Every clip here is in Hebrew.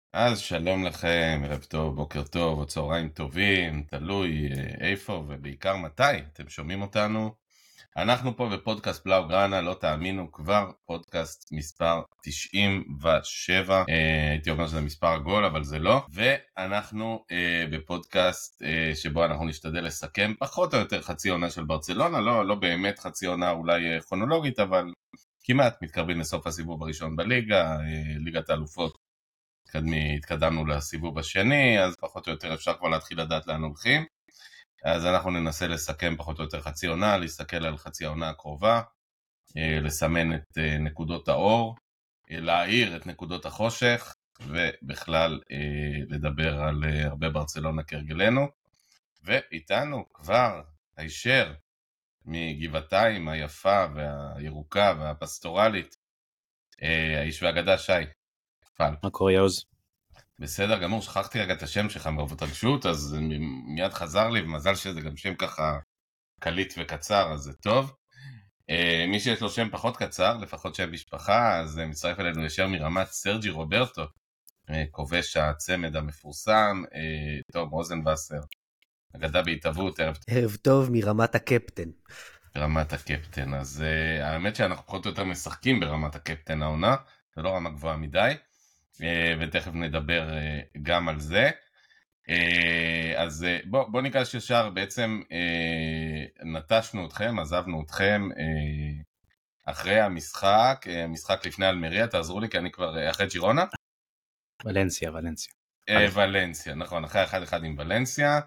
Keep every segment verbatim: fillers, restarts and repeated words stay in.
אז שלום לכם, ערב טוב, בוקר טוב, או צהריים טובים, תלוי אה, איפה ובעיקר מתי אתם שומעים אותנו. אנחנו פה בפודקאסט בלאו גראנה, לא תאמינו, כבר פודקאסט מספר תשעים ושבע, אה, הייתי אומר שזה מספר עגול, אבל זה לא. ואנחנו אה, בפודקאסט אה, שבו אנחנו נשתדל לסכם פחות או יותר חצי עונה של ברצלונה, לא, לא באמת חצי עונה אולי אה, כרונולוגית, אבל כמעט מתקרבים לסוף הסיבוב הראשון בליגה, אה, ליגת האלופות. התקדמנו לסיבוב השני, אז פחות או יותר אפשר כבר להתחיל לדעת לאן הולכים. אז אנחנו ננסה לסכם פחות או יותר חצי עונה, להסתכל על חצי העונה הקרובה, לסמן את נקודות האור, להאיר את נקודות החושך, ובכלל לדבר על הרבה ברצלונה כרגלנו. ואיתנו כבר הישר מגבעתיים היפה והירוקה והפסטורלית, האיש והאגדה שי. מה קורה יוז? בסדר גמור, שכחתי רגע את השם שלך מרוב התרגשות, אז מיד חזר לי, ומזל שזה גם שם ככה קליט וקצר, אז זה טוב. מי שיש לו שם פחות קצר, לפחות שם משפחה, אז מצטרף אלינו ישר מרמת סרג'י רוברטו, כובש הצמד המפורסם, טוב, רוזנווסר, אגדה בהתהוות, ערב טוב. ערב טוב מרמת הקפטן. רמת הקפטן, אז האמת שאנחנו פחות או יותר משחקים ברמת הקפטן העונה, זה לא רמה גבוהה מדי. ותכף נדבר גם על זה. אז בוא, בוא ניגש ישר, בעצם נטשנו אתכם, עזבנו אתכם אחרי המשחק, המשחק לפני אלמריה, תעזרו לי כי אני כבר אחרי ג'ירונה. ולנסיה, ולנסיה. ולנסיה, נכון, אחרי אחד אחד עם ולנסיה.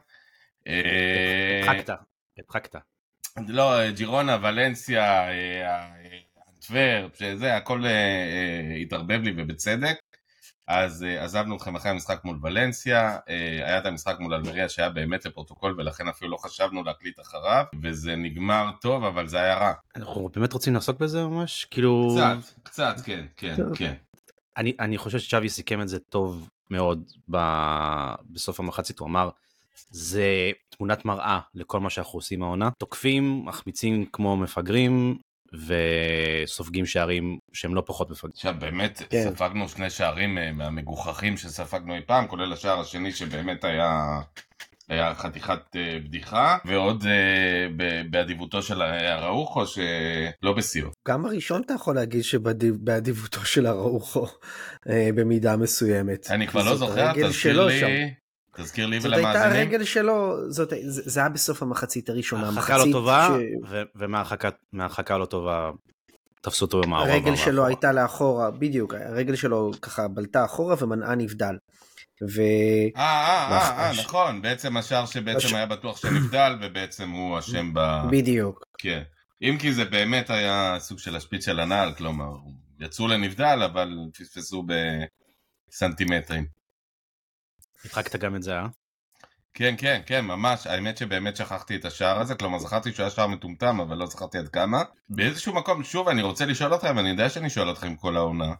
הדחקת, הדחקת. לא, ג'ירונה, ולנסיה, אנטוורפ, שזה הכל התערבב לי ובצדק. אז עזבנו אתכם אחרי המשחק מול ולנסיה, היה את המשחק מול אלמריה שהיה באמת לפרוטוקול, ולכן אפילו לא חשבנו להקליט אחריו, וזה נגמר טוב, אבל זה היה רע. אנחנו באמת רוצים לעסוק בזה ממש? כאילו... קצת, קצת, כן, כן, כן. אני, אני חושב שצ'אבי סיכם את זה טוב מאוד ב... בסוף המחצית, הוא אמר, זה תמונת מראה לכל מה שאנחנו עושים העונה, תוקפים, מחמיצים כמו מפגרים, וסופגים שערים שהם לא פחות מפגרים. עכשיו באמת כן. ספגנו שני שערים מהמגוחכים שספגנו אי פעם, כולל השער השני שבאמת היה, היה חתיכת בדיחה, ועוד באדיבותו של הראוחו שלא בסיום. גם הראשון אתה יכול להגיד שבאדיבותו של הראוחו במידה מסוימת. אני כבר לא זוכר, תזכיר לי... שם. תזכיר לי ולמאזינים. זאת הייתה הרגל שלו, זאת, זה היה בסוף המחצית הראשונה. הרחקה לא טובה, ש... ומהרחקה לא טובה תפסו אותו במערב. הרגל שלו אחורה. הייתה לאחורה, בדיוק, הרגל שלו ככה בלטה אחורה ומנעה נבדל. ו... אה, אה, אה, נכון, בעצם השער שבעצם הש... היה בטוח שנבדל, ובעצם הוא אשם ב... בדיוק. כן, אם כי זה באמת היה סוג של השפיץ של הנעל, כלומר, יצאו לנבדל, אבל פספסו בסנטימטרים. התחקת גם את זה, אה? כן, כן, כן, ממש. האמת שבאמת שכחתי את השער הזה, כלומר זכרתי שהוא היה שער מטומטם, אבל לא זכרתי עד כמה. באיזשהו מקום, שוב, אני רוצה לשאול אתכם, אני יודע שאני שואל אתכם כל העונה.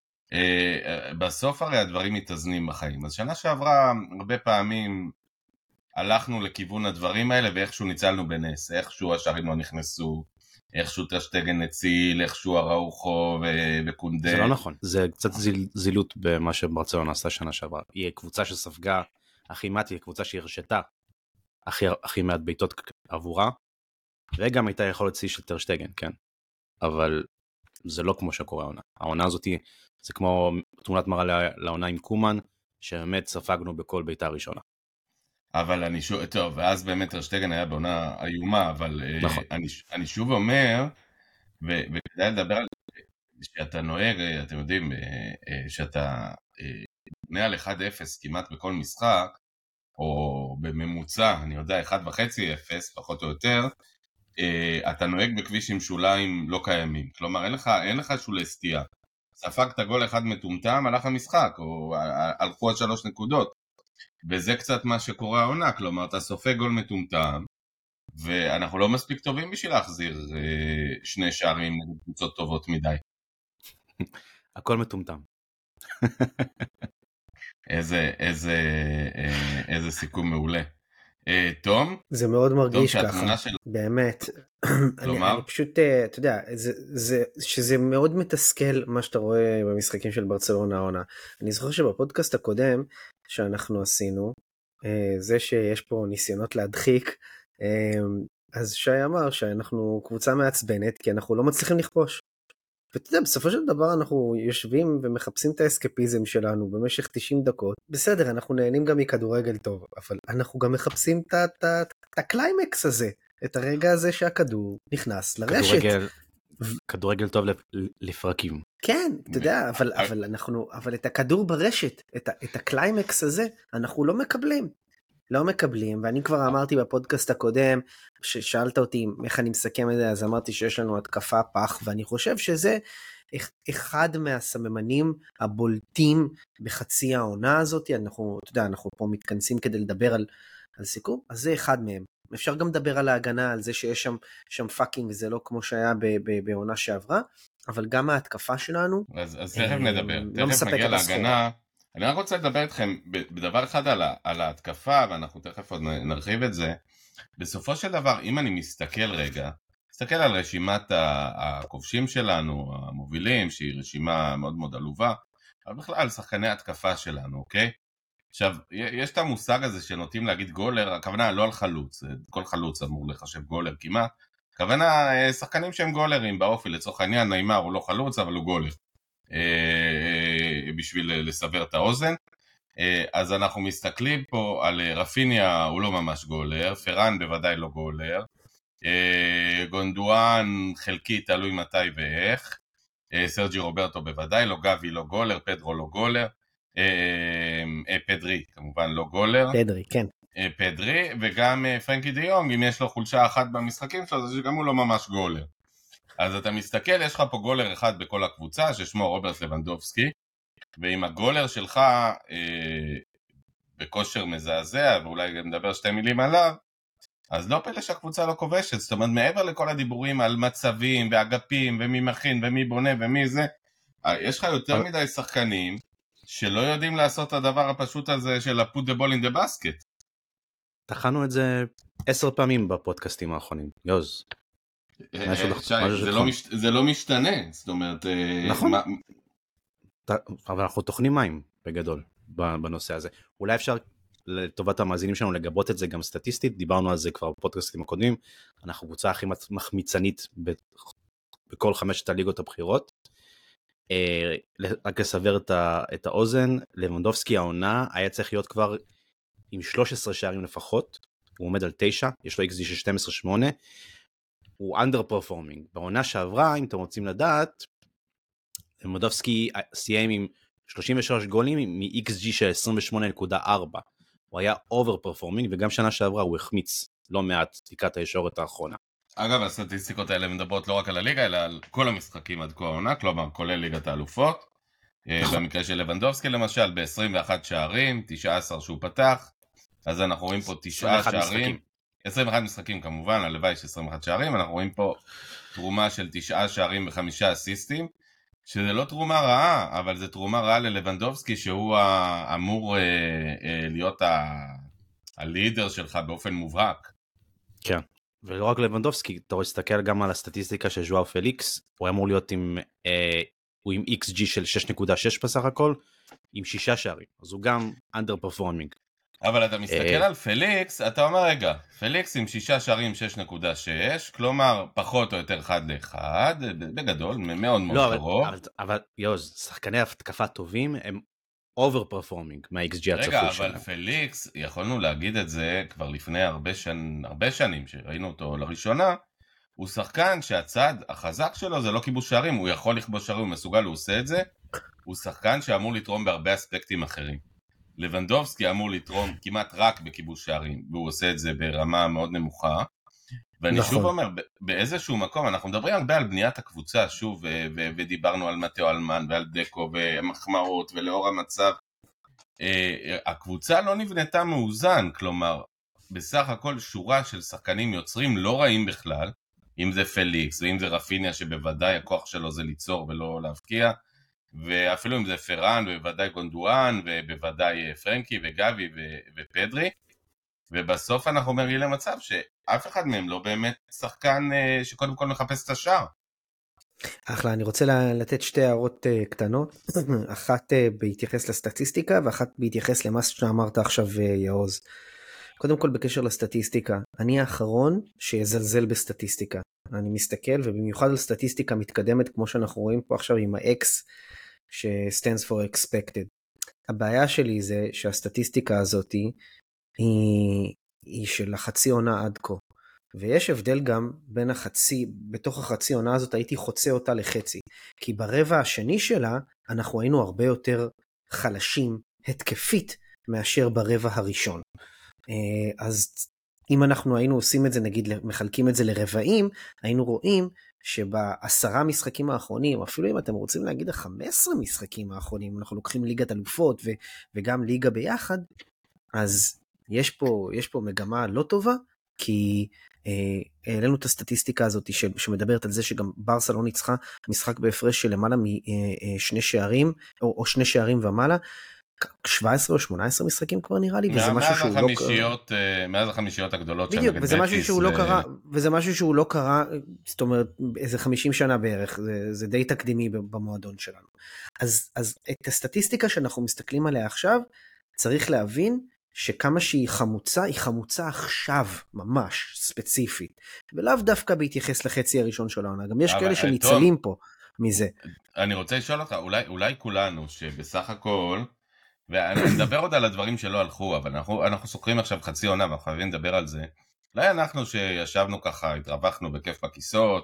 אה, בסוף הרי הדברים מתאזנים בחיים. אז שנה שעברה, הרבה פעמים הלכנו לכיוון הדברים האלה, ואיכשהו ניצלנו בנס, איכשהו השערים לא נכנסו, איכשהו טרשטגן הציל, איכשהו הראוחו וקונדה. זה לא נכון, זה קצת זיל, זילות במה שברצלונה עשתה שנה שעברה. היא קבוצה שספגה הכי מעט, היא קבוצה שהרשתה הכי, הכי מעט ביתות עבורה, וגם הייתה יכולת שיא של טרשטגן, כן. אבל זה לא כמו שקורה העונה. העונה הזאת היא, זה כמו תמונת מראה לעונה עם קומן, שבאמת ספגנו בכל ביתה הראשונה. אבל אני שוב, טוב, ואז באמת טרשטגן היה בעונה איומה, אבל נכון. אני, אני שוב אומר, ו- וכדאי לדבר על זה, שאתה נוהג, אתם יודעים, שאתה בונה על אחד אפס כמעט בכל משחק, או בממוצע, אני יודע, אחד וחצי אפס, פחות או יותר, אתה נוהג בכביש עם שוליים לא קיימים. כלומר, אין לך, אין לך שולי סטייה. ספגת גול אחד מטומטם, הלך המשחק, או הלכו עד שלוש נקודות. וזה קצת מה שקורה העונה, כלומר, אתה סופג גול מטומטם, ואנחנו לא מספיק טובים בשביל להחזיר שני שערים קבוצות טובות מדי. הכל מטומטם. איזה, איזה, איזה סיכום מעולה. תום? זה מאוד מרגיש ככה, של... באמת. אני, אני פשוט, אתה יודע, זה, זה, שזה מאוד מתסכל מה שאתה רואה במשחקים של ברצלונה העונה. אני זוכר שבפודקאסט הקודם שאנחנו עשינו, זה שיש פה ניסיונות להדחיק, אז שי אמר שאנחנו קבוצה מעצבנת, כי אנחנו לא מצליחים לכבוש. ואתה יודע, בסופו של דבר אנחנו יושבים ומחפשים את האסקפיזם שלנו במשך תשעים דקות. בסדר, אנחנו נהנים גם מכדורגל טוב, אבל אנחנו גם מחפשים את הקליימקס הזה, את הרגע הזה שהכדור נכנס לרשת. כדורגל, כדורגל טוב לפרקים. כן, אתה יודע, אבל, אבל אנחנו, אבל את הכדור ברשת, את, את הקליימקס הזה, אנחנו לא מקבלים. לא מקבלים, ואני כבר אמרתי בפודקאסט הקודם, ששאלת אותי איך אני מסכם את זה, אז אמרתי שיש לנו התקפה פח, ואני חושב שזה אחד מהסממנים הבולטים בחצי העונה הזאת. אנחנו, אתה יודע, אנחנו פה מתכנסים כדי לדבר על, על סיכום, אז זה אחד מהם. אפשר גם לדבר על ההגנה, על זה שיש שם, שם פאקינג, וזה לא כמו שהיה ב, ב, בעונה שעברה, אבל גם ההתקפה שלנו, אז, אז תכף נדבר, לא תכף נגיע להגנה. אני רק רוצה לדבר איתכם בדבר אחד על, על ההתקפה, ואנחנו תכף עוד נרחיב את זה. בסופו של דבר, אם אני מסתכל רגע, מסתכל על רשימת הכובשים שלנו, המובילים, שהיא רשימה מאוד מאוד עלובה, אבל בכלל על שחקני ההתקפה שלנו, אוקיי? עכשיו, יש את המושג הזה שנוטים להגיד גולר, הכוונה לא על חלוץ, כל חלוץ אמור לחשב גולר כמעט, הכוונה שחקנים שהם גולרים באופי, לצורך העניין, נאמר הוא לא חלוץ, אבל הוא גולר. בשביל לסבר את האוזן. אז אנחנו מסתכלים פה על רפיניה, הוא לא ממש גולר, פרן בוודאי לא גולר, גונדואן חלקי תלוי מתי ואיך, סרג'י רוברטו בוודאי לא, גבי לא גולר, פדרו לא גולר, פדרי כמובן לא גולר, פדרי, כן. פדרי, וגם פרנקי דיונג, אם יש לו חולשה אחת במשחקים שלו, אז גם הוא לא ממש גולר. אז אתה מסתכל, יש לך פה גולר אחד בכל הקבוצה, ששמו רוברט לבנדובסקי, ועם הגולר שלך אה, בכושר מזעזע, ואולי גם נדבר שתי מילים עליו, אז לא פלא שהקבוצה לא כובשת, זאת אומרת, מעבר לכל הדיבורים על מצבים ואגפים, ומי מכין ומי בונה ומי זה, יש לך יותר מדי שחקנים, שלא יודעים לעשות את הדבר הפשוט הזה של put the ball in the basket. תחנו את זה עשר פעמים בפודקאסטים האחרונים, יוז. שי, זה לא משתנה, זאת אומרת... נכון, אבל אנחנו תוכנים מים בגדול בנושא הזה. אולי אפשר לטובת המאזינים שלנו לגבות את זה גם סטטיסטית, דיברנו על זה כבר בפודקאסטים הקודמים, אנחנו קבוצה הכי מחמיצנית בכל חמשת הליגות הבחירות. רק לסבר את האוזן, לבנדובסקי העונה היה צריך להיות כבר עם שלושה עשר שערים לפחות, הוא עומד על תשע, יש לו אקס ג'י של שתים עשרה שמונה, הוא underperforming. בעונה שעברה, אם אתם רוצים לדעת, לבנדובסקי סיים עם שלושים ושלושה גולים מ-אקס ג'י של עשרים ושמונה נקודה ארבע. הוא היה overperforming, וגם שנה שעברה הוא החמיץ לא מעט תיקת הישורת האחרונה. אגב, הסטטיסטיקות האלה מדברות לא רק על הליגה, אלא על כל המשחקים עד כה העונה, כלומר, כולל ליגת האלופות. במקרה של לבנדובסקי למשל, ב-עשרים ואחד שערים, תשע עשרה שהוא פתח, אז אנחנו רואים פה תשעה שערים. עשרים ואחד משחקים כמובן, הלוואי יש עשרים ואחד שערים, אנחנו רואים פה תרומה של תשעה שערים וחמישה אסיסטים, שזה לא תרומה רעה, אבל זה תרומה רעה ללבנדובסקי, שהוא אמור אה, אה, להיות ה... הלידר שלך באופן מובהק. כן, ולא רק לבנדובסקי, אתה רואה להסתכל גם על הסטטיסטיקה של ז'ואאו פליקס, הוא אמור להיות עם, אה, הוא עם אקס ג'י של שש נקודה שש בסך הכל, עם שישה שערים, אז הוא גם underperforming. אבל אתה מסתכל על פליקס, אתה אומר רגע, פליקס עם שישה שערים שש נקודה שש, כלומר פחות או יותר אחד לאחד, בגדול, מאוד מאוד קרוב. אבל, אבל יוז, שחקני התקפה טובים הם אובר פרפורמינג מה-אקס ג'י הצפוי שלנו. רגע, אבל פליקס, יכולנו להגיד את זה כבר לפני הרבה, שנ... הרבה שנים שראינו אותו לראשונה, הוא שחקן שהצד החזק שלו זה לא כיבוש שערים, הוא יכול לכבוש שערים, הוא מסוגל, הוא עושה את זה, הוא שחקן שאמור לתרום בהרבה אספקטים אחרים. לבנדובסקי אמור לתרום כמעט רק בכיבוש שערים, והוא עושה את זה ברמה מאוד נמוכה, ואני נכון. שוב אומר, באיזשהו מקום, אנחנו מדברים הרבה על בניית הקבוצה, שוב, ו- ו- ודיברנו על מטאו אלמן ועל דקו ומחמאות ולאור המצב, הקבוצה לא נבנתה מאוזן, כלומר, בסך הכל שורה של שחקנים יוצרים לא רעים בכלל, אם זה פליקס ואם זה רפיניה שבוודאי הכוח שלו זה ליצור ולא להבקיע, ואפילו אם זה פרן ובוודאי גונדואן ובוודאי פרנקי וגבי ו- ופדרי, ובסוף אנחנו מגיעים למצב שאף אחד מהם לא באמת שחקן שקודם כל מחפש את השער. אחלה, אני רוצה לתת שתי הערות קטנות, אחת בהתייחס לסטטיסטיקה ואחת בהתייחס למה שאמרת עכשיו יעוז. קודם כל בקשר לסטטיסטיקה, אני האחרון שיזלזל בסטטיסטיקה. אני מסתכל ובמיוחד על סטטיסטיקה מתקדמת כמו שאנחנו רואים פה עכשיו עם ה-X ש-stands for expected. הבעיה שלי זה שהסטטיסטיקה הזאת היא, היא של החצי עונה עד כה. ויש הבדל גם בין החצי, בתוך החצי עונה הזאת הייתי חוצה אותה לחצי. כי ברבע השני שלה אנחנו היינו הרבה יותר חלשים התקפית מאשר ברבע הראשון. אז אם אנחנו היינו עושים את זה, נגיד מחלקים את זה לרבעים, היינו רואים שבעשרה משחקים האחרונים, אפילו אם אתם רוצים להגיד ה-חמישה עשר משחקים האחרונים, אנחנו לוקחים ליגת אלופות ו- וגם ליגה ביחד, אז יש פה, יש פה מגמה לא טובה, כי אה, העלינו את הסטטיסטיקה הזאת ש- שמדברת על זה שגם ברסה לא ניצחה משחק בהפרש של למעלה משני שערים, או, או שני שערים ומעלה, שבע עשרה או שמונה עשרה משחקים כבר נראה לי, וזה משהו שהוא לא קרה. מאז החמישיות הגדולות. בדיוק, וזה משהו שהוא לא קרה, וזה משהו שהוא לא קרה, זאת אומרת, איזה חמישים שנה בערך, זה, זה די תקדימי במועדון שלנו. אז, אז את הסטטיסטיקה שאנחנו מסתכלים עליה עכשיו, צריך להבין שכמה שהיא חמוצה, היא חמוצה עכשיו, ממש, ספציפית, ולאו דווקא בהתייחס לחצי הראשון של העונה, גם יש כאלה שניצלים פה מזה. אני רוצה לשאול אותך, אולי, אולי כולנו, שבסך הכל, ואני מדבר עוד על הדברים שלא הלכו, אבל אנחנו, אנחנו סוקרים עכשיו חצי עונה, ואנחנו חייבים לדבר על זה. אולי אנחנו שישבנו ככה, התרווחנו בכיף בכיסות,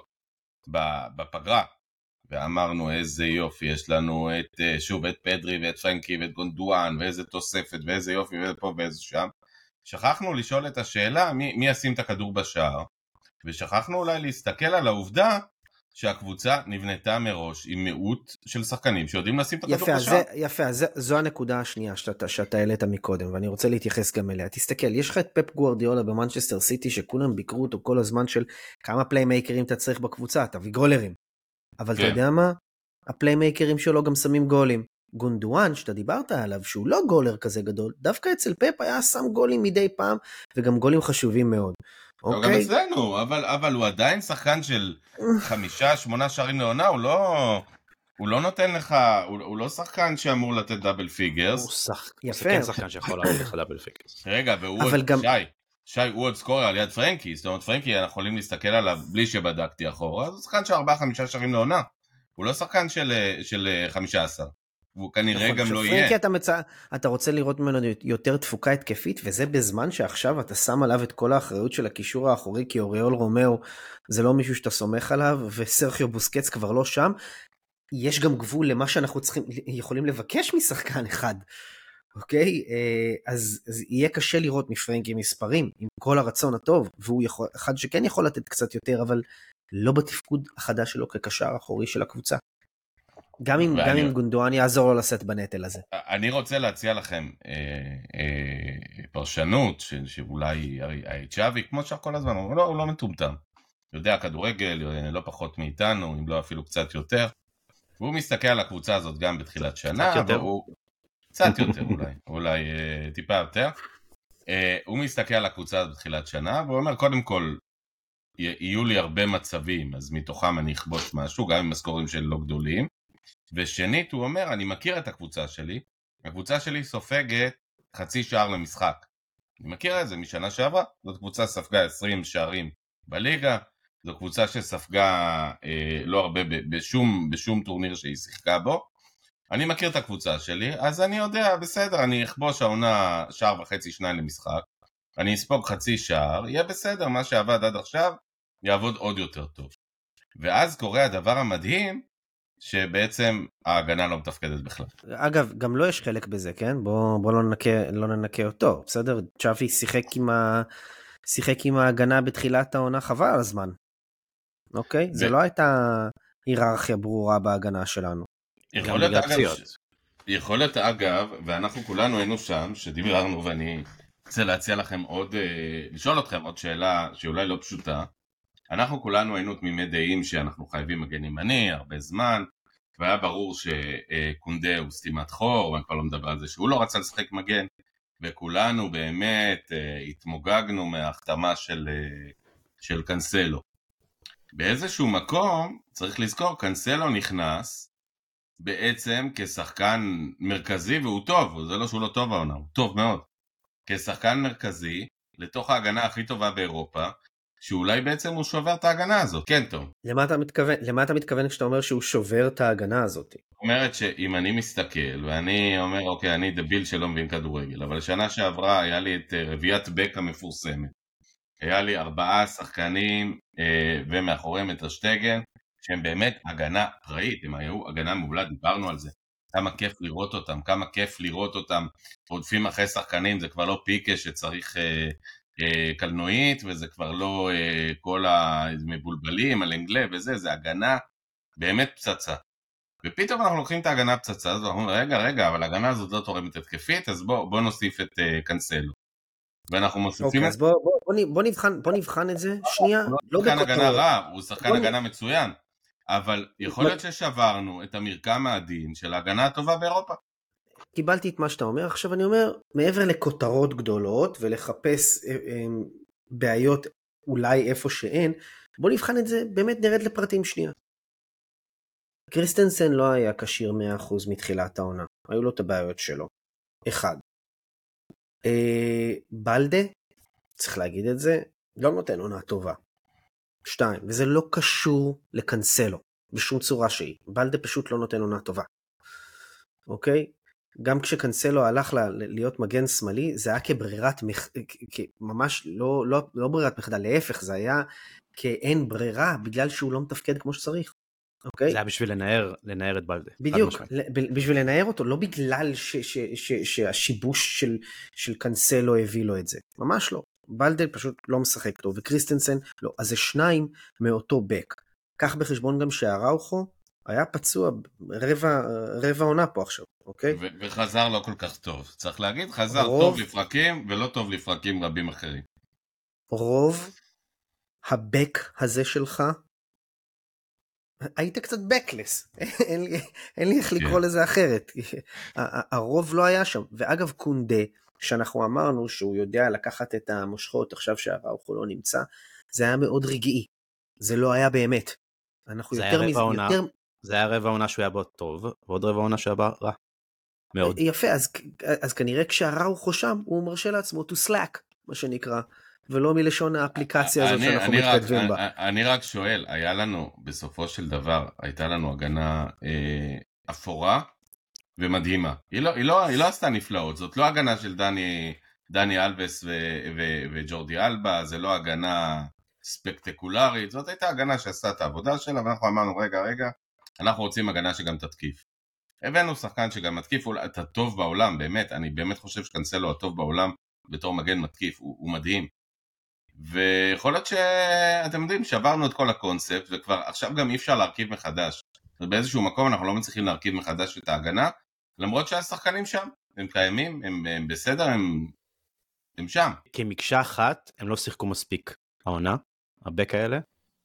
בפגרה, ואמרנו איזה יופי, יש לנו את, שוב, את פדרי ואת פרנקי ואת גונדואן, ואיזה תוספת, ואיזה יופי, ואיזה פה ואיזה שם. שכחנו לשאול את השאלה, מי, מי ישים את הכדור בשער, ושכחנו אולי להסתכל על העובדה, שהקבוצה נבנתה מראש עם מיעוט של שחקנים שיודעים לשים את הכדור בשער. יפה, אז זו הנקודה השנייה שאתה, שאתה העלית מקודם, ואני רוצה להתייחס גם אליה. תסתכל, יש לך את פפ גוארדיולה במנצ'סטר סיטי, שכולם ביקרו אותו כל הזמן של כמה פליימייקרים אתה צריך בקבוצה, תביא גולרים. אבל כן. אתה יודע מה? הפליימייקרים שלו גם שמים גולים. גונדואן, שאתה דיברת עליו, שהוא לא גולר כזה גדול, דווקא אצל פפ היה שם גולים מדי פעם, וגם גולים חשובים מאוד. לא, גם אצלנו, אבל, אבל הוא עדיין שחקן של חמישה, שמונה שערים לעונה, הוא לא, הוא לא נותן לך, הוא, הוא לא שחקן שאמור לתת דאבל פיגרס. הוא שח... יפה. שחקן שיכול להביא לך דאבל פיגרס. רגע, והוא עוד, גם... שי, שי, הוא עוד סקורר על יד פרנקי, זאת אומרת, פרנקי, אנחנו יכולים להסתכל עליו בלי שבדקתי אחורה, אז הוא שחקן של ארבעה, חמישה שערים לעונה. הוא לא שחקן של, של חמישה עשר. והוא כנראה גם לא יהיה. פרנקי, אתה, מצא, אתה רוצה לראות ממנו יותר תפוקה התקפית, וזה בזמן שעכשיו אתה שם עליו את כל האחריות של הקישור האחורי, כי אוריול רומאו זה לא מישהו שאתה סומך עליו, וסרחיו בוסקץ כבר לא שם. יש גם גבול למה שאנחנו צריכים, יכולים לבקש משחקן אחד. אוקיי? אז, אז יהיה קשה לראות מפרנקי מספרים, עם כל הרצון הטוב, והוא יכול, אחד שכן יכול לתת קצת יותר, אבל לא בתפקוד החדש שלו כקשר האחורי של הקבוצה. גם אם, גם אם גונדואן יעזור לו לשאת בנטל הזה. אני רוצה להציע לכם אה, אה, פרשנות ש, שאולי צ'אבי, כמו שכל הזמן, הוא לא, הוא לא מטומטם. יודע, כדורגל לא פחות מאיתנו, אם לא אפילו קצת יותר. והוא מסתכל על הקבוצה הזאת גם בתחילת שנה. קצת יותר. והוא, קצת יותר אולי, אולי אה, טיפה יותר. אה, הוא מסתכל על הקבוצה הזאת בתחילת שנה, והוא אומר, קודם כל, יהיו לי הרבה מצבים, אז מתוכם אני אכבוש משהו, גם עם הסקורים שלי לא גדולים. ושנית הוא אומר, אני מכיר את הקבוצה שלי, הקבוצה שלי סופגת חצי שער למשחק. אני מכיר את זה משנה שעברה, זאת קבוצה ספגה עשרים שערים בליגה, זו קבוצה שספגה אה, לא הרבה בשום, בשום טורניר שהיא שיחקה בו. אני מכיר את הקבוצה שלי, אז אני יודע, בסדר, אני אכבוש העונה שער וחצי שניים למשחק, אני אספוג חצי שער, יהיה בסדר, מה שעבד עד עכשיו יעבוד עוד יותר טוב. ואז קורה הדבר המדהים, שבעצם ההגנה לא מתפקדת בכלל. אגב, גם לא יש חלק בזה, כן? בוא, בוא לא ננקה, לא ננקה אותו, בסדר? צ'אבי שיחק עם ה... שיחק עם ההגנה בתחילת העונה חבל על הזמן. אוקיי? ו... זה לא הייתה היררכיה ברורה בהגנה שלנו. יכולת אגב, יכולת אגב, ואנחנו כולנו היינו שם, שדיברנו, ואני רוצה להציע לכם עוד, לשאול אתכם עוד שאלה שאולי לא פשוטה. אנחנו כולנו היינו תמימי דעים שאנחנו חייבים מגן ימני הרבה זמן, והיה ברור שקונדה הוא סתימת חור, ואני כבר לא מדבר על זה שהוא לא רצה לשחק מגן, וכולנו באמת התמוגגנו מההחתמה של, של קנסלו. באיזשהו מקום, צריך לזכור, קנסלו נכנס בעצם כשחקן מרכזי, והוא טוב, זה לא שהוא לא טוב העונה, הוא טוב מאוד. כשחקן מרכזי, לתוך ההגנה הכי טובה באירופה, שאולי בעצם הוא שובר את ההגנה הזאת. כן, טוב. למה אתה מתכוון, למה אתה מתכוון כשאתה אומר שהוא שובר את ההגנה הזאת? זאת אומרת שאם אני מסתכל, ואני אומר, אוקיי, אני דביל שלא מבין כדורגל, אבל שנה שעברה היה לי את רביעת בק המפורסמת. היה לי ארבעה שחקנים, אה, ומאחוריהם את השטגן, שהם באמת הגנה פראית, הם היו הגנה מעולה, דיברנו על זה. כמה כיף לראות אותם, כמה כיף לראות אותם, רודפים אחרי שחקנים, זה כבר לא פיקה שצריך אה, אה, קלנועית, וזה כבר לא אה, כל המבולבלים על אנגלה וזה, זה הגנה באמת פצצה. ופתאום אנחנו לוקחים את ההגנה הפצצה הזאת, אנחנו אומרים, רגע, רגע, אבל ההגנה הזאת לא תורמת התקפית, אז בוא, בוא נוסיף את uh, קנסלו. ואנחנו מוסיפים... אוקיי, אז בוא, בוא, בוא, בוא, נבחן, בוא נבחן את זה, שנייה, הוא לא שחקן בכותרות. הגנה רע, הוא שחקן בוא... הגנה מצוין, אבל יכול להיות ששברנו את המרקם העדין של ההגנה הטובה באירופה. קיבלתי את מה שאתה אומר, עכשיו אני אומר, מעבר לכותרות גדולות, ולחפש אה, אה, בעיות אולי איפה שאין, בוא נבחן את זה, באמת נרד לפרטים שנייה. קריסטנסן לא היה כשיר מאה אחוז מתחילת העונה, היו לו את הבעיות שלו. אחד. אה, בלדה, צריך להגיד את זה, לא נותן עונה טובה. שתיים, וזה לא קשור לקנסלו, בשום צורה שהיא. בלדה פשוט לא נותן עונה טובה. אוקיי? גם כשקנסלו הלך לה, להיות מגן שמאלי, זה היה כברירת, מח... ממש לא, לא, לא ברירת מחדל, להפך, זה היה כאין ברירה, בגלל שהוא לא מתפקד כמו שצריך. אוקיי? זה היה בשביל לנער, לנער את בלדה. בדיוק, בשביל לנער אותו, לא בגלל ש, ש, ש, שהשיבוש של, של קנסלו הביא לו את זה. ממש לא. בלדה פשוט לא משחק טוב, וקריסטנסן לא. אז זה שניים מאותו בק. קח בחשבון גם שהראוכו היה פצוע רבע, רבע עונה פה עכשיו, אוקיי? ו- וחזר לא כל כך טוב. צריך להגיד, חזר רוב... טוב לפרקים, ולא טוב לפרקים רבים אחרים. רוב הבק הזה שלך, היית קצת בקלס, אין לי, אין לי איך לקרוא לזה אחרת. הרוב לא היה שם, ואגב קונדה, שאנחנו אמרנו שהוא יודע לקחת את המושכות, עכשיו שהראוכו לא נמצא, זה היה מאוד רגעי, זה לא היה באמת. אנחנו יותר מזה, יותר... זה היה רבע עונה שהוא היה בו טוב, ועוד רבע עונה שהוא היה רע. מאוד. יפה, אז, אז כנראה כשהראוכו שם, הוא מרשה לעצמו to slack, מה שנקרא. ולא מלשון האפליקציה הזאת שאנחנו מתכתבים בה. אני רק שואל, היה לנו בסופו של דבר, הייתה לנו הגנה אה, אפורה ומדהימה. היא לא, היא, לא, היא לא עשתה נפלאות, זאת לא הגנה של דני, דני אלבס ו, ו, וג'ורדי אלבה, זה לא הגנה ספקטקולרית, זאת הייתה הגנה שעשתה את העבודה שלה, ואנחנו אמרנו, רגע, רגע, אנחנו רוצים הגנה שגם תתקיף. הבאנו שחקן שגם מתקיף, אתה טוב בעולם, באמת, אני באמת חושב שקנסלו הטוב בעולם, בתור מגן מתקיף, הוא, הוא מדהים. ויכול להיות שאתם יודעים, שברנו את כל הקונספט, וכבר עכשיו גם אי אפשר להרכיב מחדש. באיזשהו מקום אנחנו לא מצליחים להרכיב מחדש את ההגנה, למרות שהשחקנים שם, הם קיימים, הם, הם בסדר, הם, הם שם. כמקשה אחת, הם לא שיחקו מספיק העונה, הבק האלה.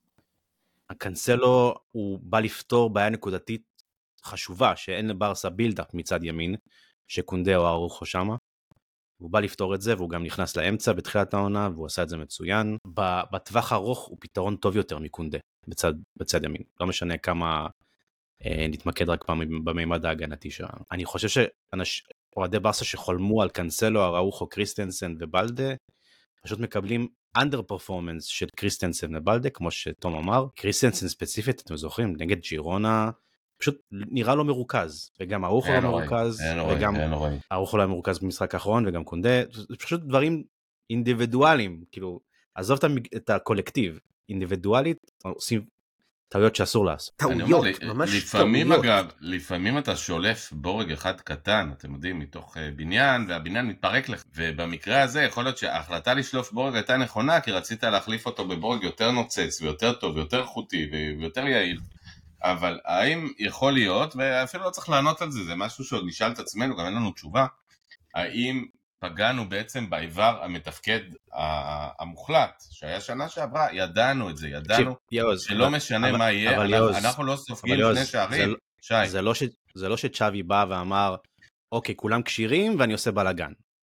הקנסלו הוא בא לפתור בעיה נקודתית חשובה, שאין לברסה בילדאפ מצד ימין, שקונדה או ארוחו שמה. הוא בא לפתור את זה, והוא גם נכנס לאמצע בתחילת העונה, והוא עשה את זה מצוין. בטווח ארוך הוא פתרון טוב יותר מקונדה, בצד, בצד ימין. לא משנה כמה אה, נתמקד רק במימד ההגנתי שלנו. אני חושב שאוהדי ברסה שחולמו על קנסלו, אראוחו, קריסטנסן ובלדה, פשוט מקבלים אנדר פרפורמנס של קריסטנסן ובלדה, כמו שתום אמר. קריסטנסן ספציפית, אתם זוכרים, נגד ג'ירונה, פשוט נראה לו מרוכז, וגם ארוחו לא מרוכז, וגם ארוחו לא מרוכז במשחק האחרון, וגם קונדה, זה פשוט דברים אינדיבידואליים, כאילו, עזוב את הקולקטיב, אינדיבידואלית, עושים טעויות שאסור לעשות. טעויות, ממש טעויות. לפעמים אגב, לפעמים אתה שולף בורג אחד קטן, אתם יודעים, מתוך בניין, והבניין מתפרק לך, ובמקרה הזה יכול להיות שההחלטה לשלוף בורג הייתה נכונה, כי רצית להחליף אותו בבורג יותר נוצץ, ויותר טוב, ויותר חוטי, ויותר יעיל. אבל האם יכול להיות, ואפילו לא צריך לענות על זה, זה משהו שעוד נשאל את עצמנו, גם אין לנו תשובה, האם פגענו בעצם באיבר המתפקד המוחלט, שהיה שנה שעברה, ידענו את זה, ידענו שלא משנה מה יהיה, אנחנו לא סופגים שני שערים, שי. זה לא שצ'אבי בא ואמר, אוקיי, כולם קשירים ואני עושה בלגן.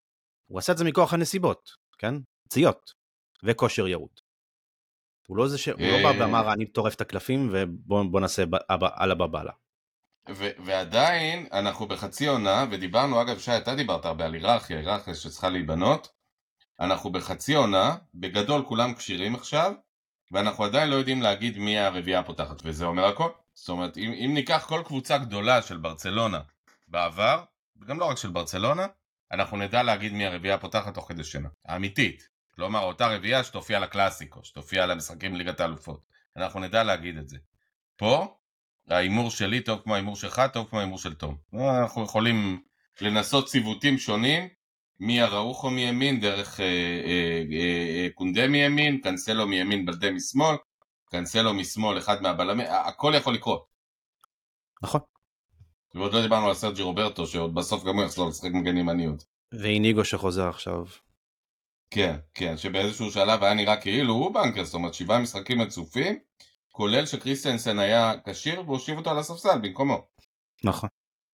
הוא עשה את זה מכוח הנסיבות, כן? פציעות וכושר ירות. הוא לא, זה ש... הוא לא בא ואמר, אני טורף את הקלפים ובוא נעשה על הבבלה. ו- ועדיין אנחנו בחצי עונה, ודיברנו, אגב, שי, אתה דיברת הרבה על היררכיה, היררכיה שצריכה להיבנות, אנחנו בחצי עונה, בגדול כולם קשירים עכשיו, ואנחנו עדיין לא יודעים להגיד מי הרביעה הפותחת, וזה אומר הכל. זאת אומרת, אם, אם ניקח כל קבוצה גדולה של ברצלונה בעבר, וגם לא רק של ברצלונה, אנחנו נדע להגיד מי הרביעה הפותחת תוך כדי שנה. האמיתית. כלומר, אותה רביעה שתופיע לקלאסיקו, שתופיע למשחקים ליגת האלופות. אנחנו נדע להגיד את זה. פה, האימור שלי טוב כמו האימור שלך, טוב כמו האימור של תום. אנחנו יכולים לנסות ציוותים שונים, מי הראוכו מימין, דרך אה, אה, אה, קונדה מימין, קנסלו מימין, בלדה משמאל, קנסלו משמאל, אחד מהבלמים, הכל יכול לקרות. נכון. ועוד לא דיברנו על סרג'י רוברטו, שעוד בסוף גם הוא יחזור לשחק מגן ימניות. ואיניגו שחוזר עכשיו. כן, כן, שבאיזשהו שלב היה נראה כאילו הוא בנקר, זאת אומרת, שבעה משחקים מצופים, כולל שקריסטנסן היה קשיר, והושיב אותו על הספסל במקומו. נכון.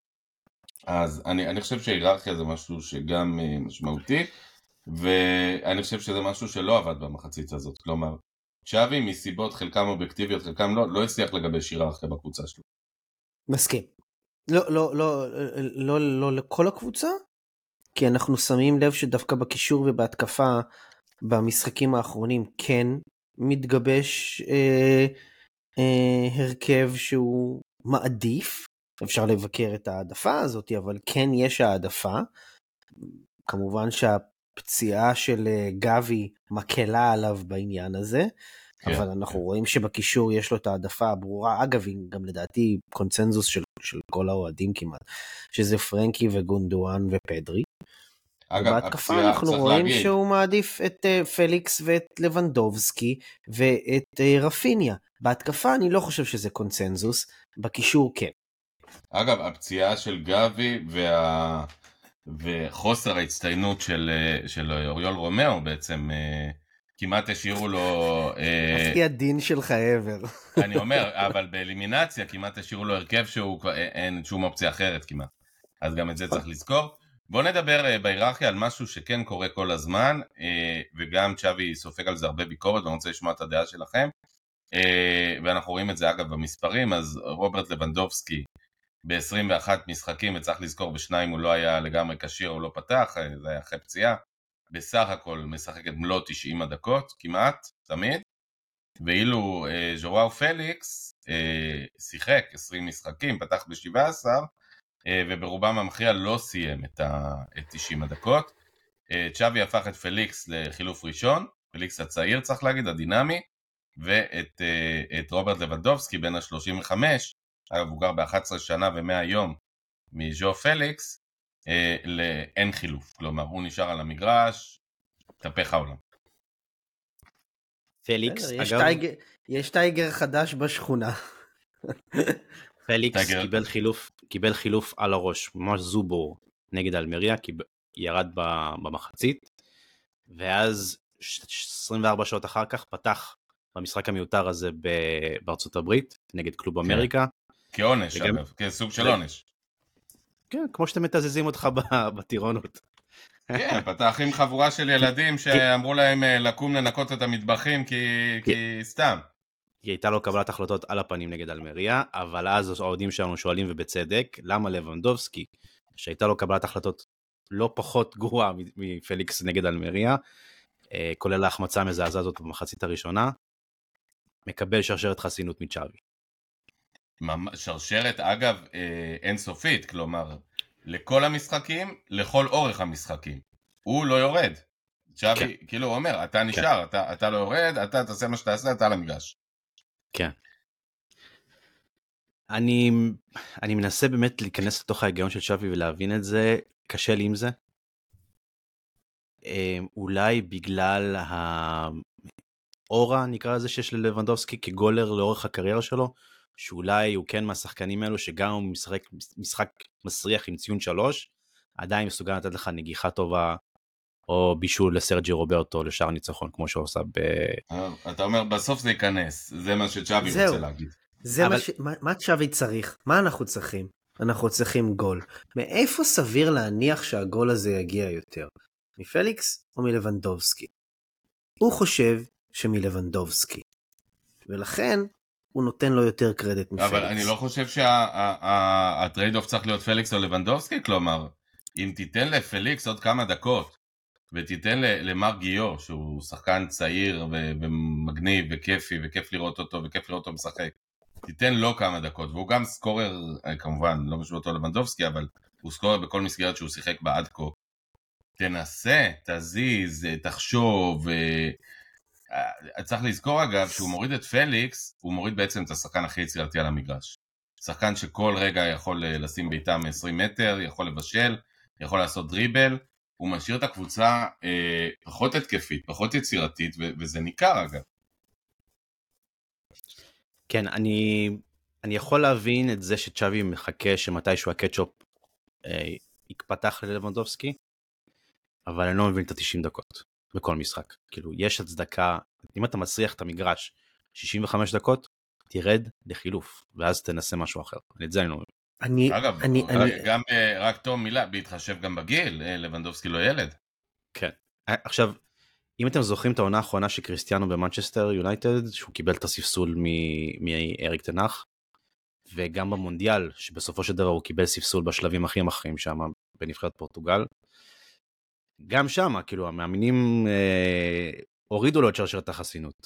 אז אני, אני חושב שהיררכיה זה משהו שגם משמעותי, ואני חושב שזה משהו שלא עבד במחצית הזאת. כלומר, צ'אבי מסיבות חלקם אובייקטיביות, חלקם לא, לא הצליח לגבש היררכיה בקבוצה שלו. מסכים. לא, לא, לא, לא, לא, לא לכל הקבוצה, כי אנחנו שמים לב שדווקא בקישור ובהתקפה במשחקים האחרונים כן מתגבש אה, אה, הרכב שהוא מעדיף. אפשר לבקר את העדפה הזאת, אבל כן יש העדפה. כמובן שהפציעה של גבי מקלה עליו בעניין הזה, כן, אבל אנחנו כן. רואים שבקישור יש לו את העדפה הברורה, אגב, גם לדעתי קונצנזוס של, של כל האוהדים כמעט, שזה פרנקי וגונדואן ופדרי. אגב, בהתקפה אנחנו רואים להגיד. שהוא מעדיף את uh, פליקס ואת לבנדובסקי ואת uh, רפיניה. בהתקפה אני לא חושב שזה קונצנזוס, בקישור כן. אגב, הפציעה של גבי וה... וחוסר ההצטיינות של, של אוריול רומאו בעצם כמעט השאירו לו... הכי הדין שלך עבר. אני אומר, אבל באלימינציה כמעט השאירו לו הרכב שהוא אין שום אופציה אחרת כמעט. אז גם את זה צריך לזכור. בואו נדבר בהיררכיה על משהו שכן קורה כל הזמן, וגם צ'אבי סופג על זה הרבה ביקורת, ואני רוצה לשמוע את הדעה שלכם. ואנחנו רואים את זה אגב במספרים, אז רוברט לבנדובסקי, ב-עשרים ואחת משחקים, וצריך לזכור בשניים הוא לא היה לגמרי קשיר, הוא לא פתח, זה היה אחרי פציעה, בסך הכל משחק את מלוא תשעים הדקות, כמעט, תמיד, ואילו אה, ז'ואאו פליקס אה, שיחק עשרים משחקים, פתח ב-שבע עשרה, אה, וברובם המכריע לא סיים את, ה- את תשעים הדקות. אה, צ'אבי הפך את פליקס לחילוף ראשון, פליקס הצעיר צריך להגיד, הדינמי, ואת אה, את רוברט לבנדובסקי בין ה-שלושים וחמש, אגב, הוא גר ב-אחת עשרה שנה ומאה יום מז'ו פליקס, אה, לאין חילוף. כלומר, הוא נשאר על המגרש, תפך העולם. פליקס, יש, אגב... טייגר, יש טייגר חדש בשכונה. פליקס טייגר... קיבל, חילוף, קיבל חילוף על הראש, ממש זובור נגד אלמריה, כי ירד במחצית, ואז עשרים וארבע שעות אחר כך פתח במשחק המיותר הזה בארצות הברית, נגד קלוב אמריקה. כעונש, אגב, כסוג של עונש. כן, כמו שאתם מתזזים אותך בטירונות. כן, פתח עם חבורה של ילדים שאמרו להם לקום לנקות את המטבחים כי סתם. היא הייתה לו קבלת החלטות על הפנים נגד אלמריה, אבל אז העודים שלנו שואלים ובצדק, למה לבנדובסקי, שהייתה לו קבלת החלטות לא פחות גרועה מפליקס נגד אלמריה, כולל ההחמצה המזעזעת הזאת במחצית הראשונה, מקבל שרשרת חסינות מצ'אבי. שרשרת, אגב, אינסופית, כלומר, לכל המשחקים, לכל אורך המשחקים. הוא לא יורד. צ'אבי, כן. כאילו הוא אומר, אתה נשאר, כן. אתה, אתה לא יורד, אתה תעשה מה שתעשה, אתה על המגרש. כן. אני, אני מנסה באמת להיכנס לתוך ההיגיון של צ'אבי ולהבין את זה, קשה לי עם זה. אולי בגלל האורה, נקרא לזה, שיש ללבנדובסקי כגולר לאורך הקריירה שלו, שאולי הוא כן מהשחקנים האלו, שגם הוא משחק, משחק מסריח עם ציון שלוש, עדיין מסוגל לתת לך נגיחה טובה, או בישול לסרג'י רוברטו, לשאר ניצחון, כמו שהוא עושה ב... אתה אומר, בסוף זה ייכנס, זה מה שצ'אבי רוצה להגיד. זה אבל... מה, ש... מה, מה צ'אבי צריך? מה אנחנו צריכים? אנחנו צריכים גול. מאיפה סביר להניח שהגול הזה יגיע יותר? מפליקס או מלבנדובסקי? הוא חושב שמלבנדובסקי, ולכן הוא נותן לו יותר קרדיט מפליקס. אבל אני לא חושב שהטרייד אוף צריך להיות פליקס או לבנדובסקי, כלומר, אם תיתן לפליקס עוד כמה דקות, ותיתן למר גיו, שהוא שחקן צעיר ומגניב וכיפי, וכיף לראות אותו, וכיף לראות אותו משחק, תיתן לו כמה דקות, והוא גם סקורר, כמובן, לא משהו אותו לבנדובסקי, אבל הוא סקורר בכל מסגרת שהוא שיחק בעד כה. תנסה, תזיז, תחשוב, צריך לזכור אגב, שהוא מוריד את פליקס, הוא מוריד בעצם את השחקן הכי יצירתי על המגרש. שחקן שכל רגע יכול לשים בעיטה מ-עשרים מטר, יכול לבשל, יכול לעשות דריבל, הוא משאיר את הקבוצה אה, פחות התקפית, פחות יצירתית, ו- וזה ניכר אגב. כן, אני, אני יכול להבין את זה שצ'אבי מחכה שמתישהו הקטשופ אה, יקפתח ללבנדובסקי, אבל אני לא מבין את ה-תשעים דקות בכל משחק. כאילו, יש הצדקה, אם אתה מצליח את המגרש שישים וחמש דקות, תירד לחילוף, ואז תנסה משהו אחר. את זה אני לא מבין. אני, אגב, אני, אני... אני... גם רק טוב מילה, בהתחשב גם בגיל, לבנדובסקי לא ילד. כן. עכשיו, אם אתם זוכרים את העונה האחרונה של קריסטיאנו במנצ'סטר יונייטד, שהוא קיבל את הספסול מאריק תנח, וגם במונדיאל, שבסופו של דבר הוא קיבל ספסול בשלבים הכי מכריעים שם, בנבחרת פורטוגל, גם שם, כאילו, המאמינים אה, הורידו לו את שרשרת החסינות.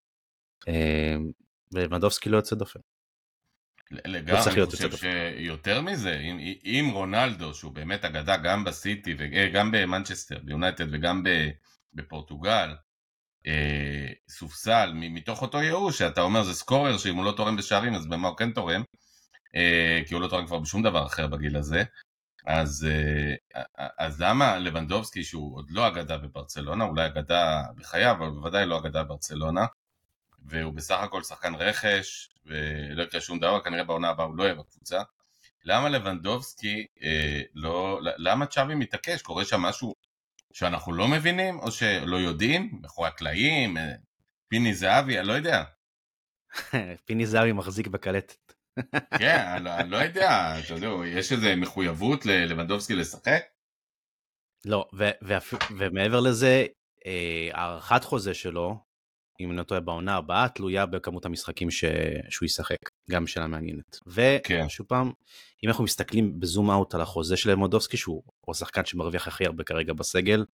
אה, ולבנדובסקי לא יוצא דופן. לגמרי, אני חושב שיותר מזה, אם, אם רונלדו, שהוא באמת אגדה גם בסיטי, וגם במנצ'סטר יונייטד, וגם בפורטוגל, אה, סופסל, מתוך אותו ייאוש, שאתה אומר זה סקורר, שאם הוא לא תורם בשערים, אז במה הוא כן תורם, אה, כי הוא לא תורם כבר בשום דבר אחר בגיל הזה, אז, אה, אז למה לבנדובסקי, שהוא עוד לא אגדה בברצלונה, אולי אגדה בחייו, אבל בוודאי לא אגדה בברצלונה, והוא בסך הכל שחקן רכש, ולא יקרה שום דבר, כנראה בעונה הבאה הוא לא יהיה בקבוצה. למה לבנדובסקי, אה, לא, למה צ'אבי מתעקש? קורה שם משהו שאנחנו לא מבינים, או שלא יודעים, מאחורי הקלעים, אה, פיני זהבי, אני לא יודע. פיני זהבי מחזיק בקלטת. כן, אני לא, אני לא יודע, אתה יודע, יש איזו מחויבות ללבנדובסקי לשחק? לא, ו- ו- ומעבר לזה, אה, הערכת חוזה שלו, אם אני לא טועה בעונה הבאה, תלויה בכמות המשחקים ש... שהוא ישחק, גם שאלה מעניינת. ושוב פעם, אם אנחנו מסתכלים בזום אאוט על החוזה של לבנדובסקי, שהוא השחקן שמרוויח הכי הרבה כרגע בסגל,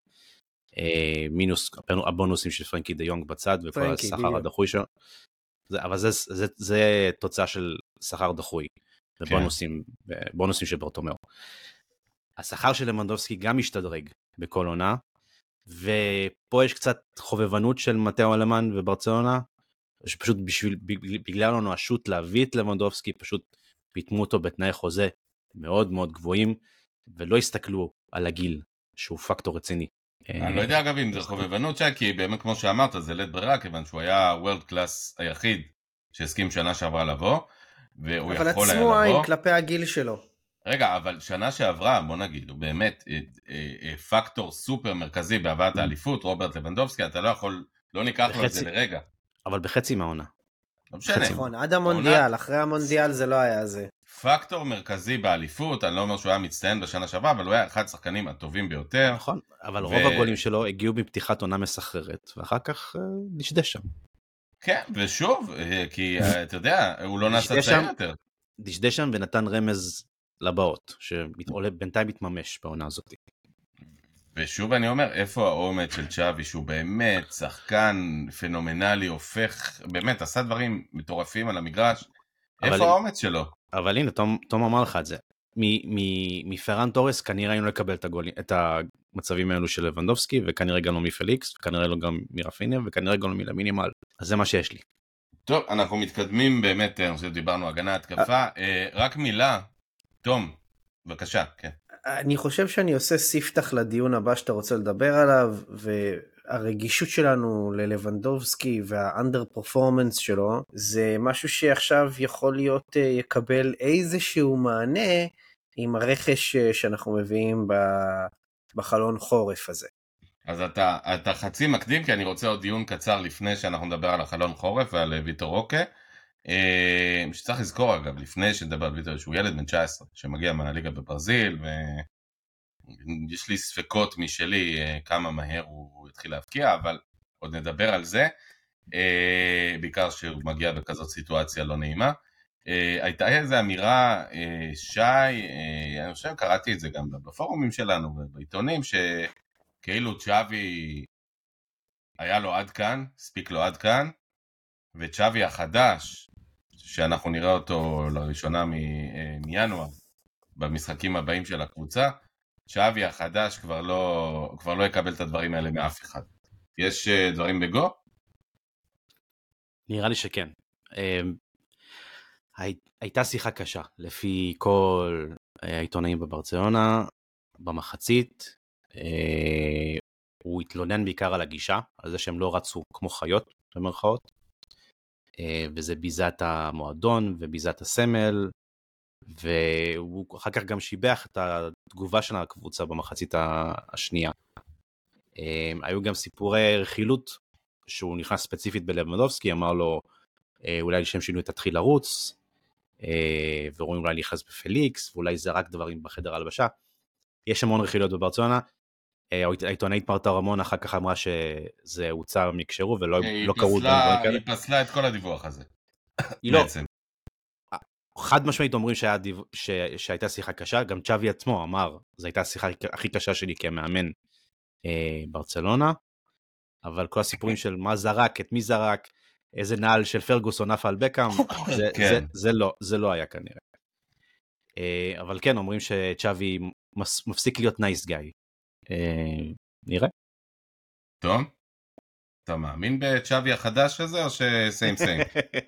מינוס הבונוסים של פרנקי דה יונג בצד, וכל השכר הדחוי שלו, אבל זה, זה, זה, זה תוצאה של שכר דחוי, ובונוסים, בונוסים של ברטומאו. השכר של לבנדובסקי גם משתדרג בכל עונה, ופה יש קצת חובבנות של מתאו אלמן וברצלונה, שפשוט בשביל, בגלל הנואשות להביא את לבנדובסקי, פשוט פיתמו אותו בתנאי חוזה מאוד מאוד גבוהים, ולא הסתכלו על הגיל, שהוא פקטור רציני. אני לא יודע אגב אם זה חובבנות שי, כי באמת כמו שאמרת, זה לית ברירה, כיוון שהוא היה וורד קלאס היחיד שהסכים שנה שעברה לבוא, והוא יכול היה לבוא. אבל עצמו עין כלפי הגיל שלו. רגע, אבל שנה שעברה, בוא נגיד, הוא באמת פקטור סופר מרכזי בהבאת האליפות, רוברט לבנדובסקי, אתה לא יכול, לא ניקח לו את זה לרגע. אבל בחצי מהעונה. לא משנה. נכון, עד המונדיאל, אחרי המונדיאל זה לא היה זה. פקטור מרכזי באליפות, אני לא אומר שהוא היה מצטיין בשנה שעברה, אבל הוא היה אחד השחקנים הטובים ביותר. נכון, אבל רוב הגולים שלו הגיעו בפתיחת עונה מסחררת, ואחר כך נשדש שם. כן, ושוב, כי אתה יודע, הוא לא נעשה צעיר יותר. דשדש שם ונתן רמז לבאות, שבינתיים מתממש בעונה הזאת. ושוב אני אומר, איפה האומץ של צ'אבי, שהוא באמת שחקן פנומנלי, הופך, באמת עשה דברים מטורפים על המגרש, איפה האומץ שלו? אבל הנה, תום, תום אמר לך את זה. מפרן טורס כנראה היינו לקבל את, הגול, את המצבים האלו של לבנדובסקי, וכנראה גם לא מפליקס, וכנראה לא גם מרפיניה, וכנראה גם לא מלמינימל. אז זה מה שיש לי. טוב, אנחנו מתקדמים באמת, אני חושב דיברנו הגנה, התקפה, רק מילה, תום, בבקשה, כן. אני חושב שאני עושה ספתח לדיון הבא שאתה רוצה לדבר עליו, והרגישות שלנו ללבנדובסקי והאנדר פרפורמנס שלו, זה משהו שעכשיו יכול להיות, יקבל איזשהו מענה עם הרכש שאנחנו מביאים בחלון חורף הזה. אז אתה, אתה חצי מקדים, כי אני רוצה עוד דיון קצר לפני שאנחנו נדבר על החלון חורף ועל ויטור רוקה, שצריך לזכור אגב, לפני שנדבר על ויטור, שהוא ילד בן תשע עשרה, שמגיע מהליגה בברזיל, יש לי ספקות משלי כמה מהר הוא התחיל להפקיע, אבל עוד נדבר על זה, בעיקר שהוא מגיע בכזאת סיטואציה לא נעימה. הייתה איזו אמירה, שי, אני חושב קראתי את זה גם בפורומים שלנו ובעיתונים, שכאילו צ'אבי היה לו עד כאן, ספיק לו עד כאן, וצ'אבי החדש, שאנחנו נראה אותו לראשונה מינואר, במשחקים הבאים של הקבוצה, צ'אבי החדש כבר לא, כבר לא יקבל את הדברים האלה מאף אחד. יש דברים בגו? נראה לי שכן. הייתה שיחה קשה, לפי כל העיתונאים בברצלונה, במחצית, הוא התלונן בעיקר על הגישה, על זה שהם לא רצו כמו חיות, במרכאות, וזה ביזת המועדון וביזת הסמל, והוא אחר כך גם שיבח את התגובה של הקבוצה במחצית השנייה. היו גם סיפורי רכילות, שהוא נכנס ספציפית בלבנדובסקי, אמר לו, אולי לשם שינוי תתחיל לרוץ, ורואים אולי להיחס בפליקס, ואולי זה רק דברים בחדר הלבשה. יש המון רכילות בברצלונה, העיתונאית מרתה רמון אחר כך אמרה שזה הוצא מקשרו, ולא קראו דברים כאלה. היא פסלה את כל הדיווח הזה. היא לא. חד משמעית אומרים שהייתה שיחה קשה, גם צ'אבי עצמו אמר, זו הייתה השיחה הכי קשה שלי כמאמן ברצלונה, אבל כל הסיפורים של מה זרק, את מי זרק, איזה נעל של פרגוסון נפל בקאם, זה לא היה כנראה. אבל כן, אומרים שצ'אבי מפסיק להיות נייס גאי. נראה. טוב, אתה מאמין בצ'אבי החדש הזה או שסיים סיים?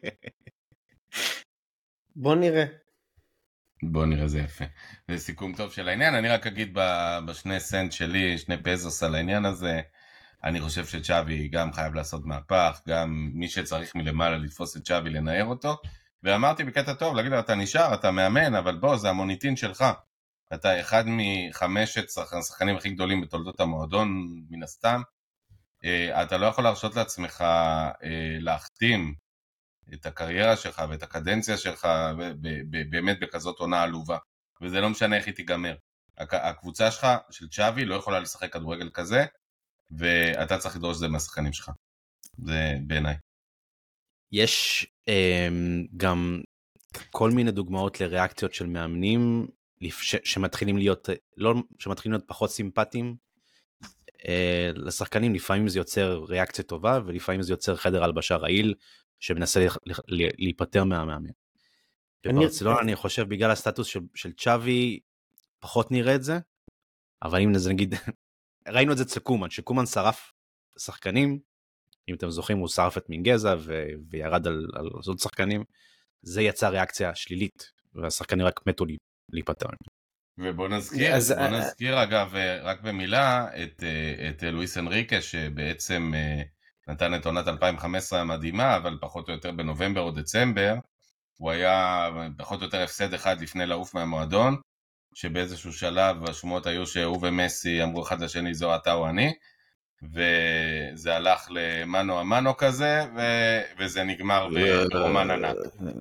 בוא נראה. בוא נראה, זה יפה. זה סיכום טוב של העניין. אני רק אגיד בשני סנט שלי, שני פזוס על העניין הזה, אני חושב שצ'אבי גם חייב לעשות מהפך, גם מי שצריך מלמעלה לתפוס את צ'אבי לנער אותו, ואמרתי בקטע טוב, להגיד לו, אתה נשאר, אתה מאמן, אבל בוא, זה המוניטין שלך. אתה אחד מחמשת השחקנים הכי גדולים בתולדות המועדון, מן הסתם. אתה לא יכול להרשות לעצמך להחתים את הקריירה שלך ואת הקדנציה שלך באמת בכזאת עונה עלובה. וזה לא משנה איך היא תיגמר. הקבוצה שלך, של צ'אבי, לא יכולה לשחק כדורגל כזה, ואתה צריך לדרוש זה מהשחקנים שלך. זה בעיניי. יש גם כל מיני דוגמאות לריאקציות של מאמנים, שמתחילים להיות, לא, שמתחילים להיות פחות סימפטיים לשחקנים, לפעמים זה יוצר ריאקציה טובה, ולפעמים זה יוצר חדר הלבשה רעיל, שמנסה להיפטר מהמאמן. בברצלונה אני חושב, בגלל הסטטוס של, של צ'אבי, פחות נראה את זה, אבל אם נגיד, ראינו את זה אצל קומן, שקומן שרף שחקנים, אם אתם זוכרים, הוא שרף את מינגזה, ו, וירד על, על עוד שחקנים, זה יצר ריאקציה שלילית, והשחקנים רק מתו לי. להיפטר. ובוא נזכיר, אז, בוא נזכיר אגב, רק במילה, את, את לואיס אנריקה, שבעצם נתן את עונת אלפיים וחמש עשרה המדהימה, אבל פחות או יותר בנובמבר או דצמבר, הוא היה פחות או יותר הפסד אחד לפני לעוף מהמועדון, שבאיזשהו שלב השמועות היו שהוא ומסי אמרו אחד לשני, זו אתה או אני, וזה הלך למנו המנו כזה, ו, וזה נגמר ברומן ענק.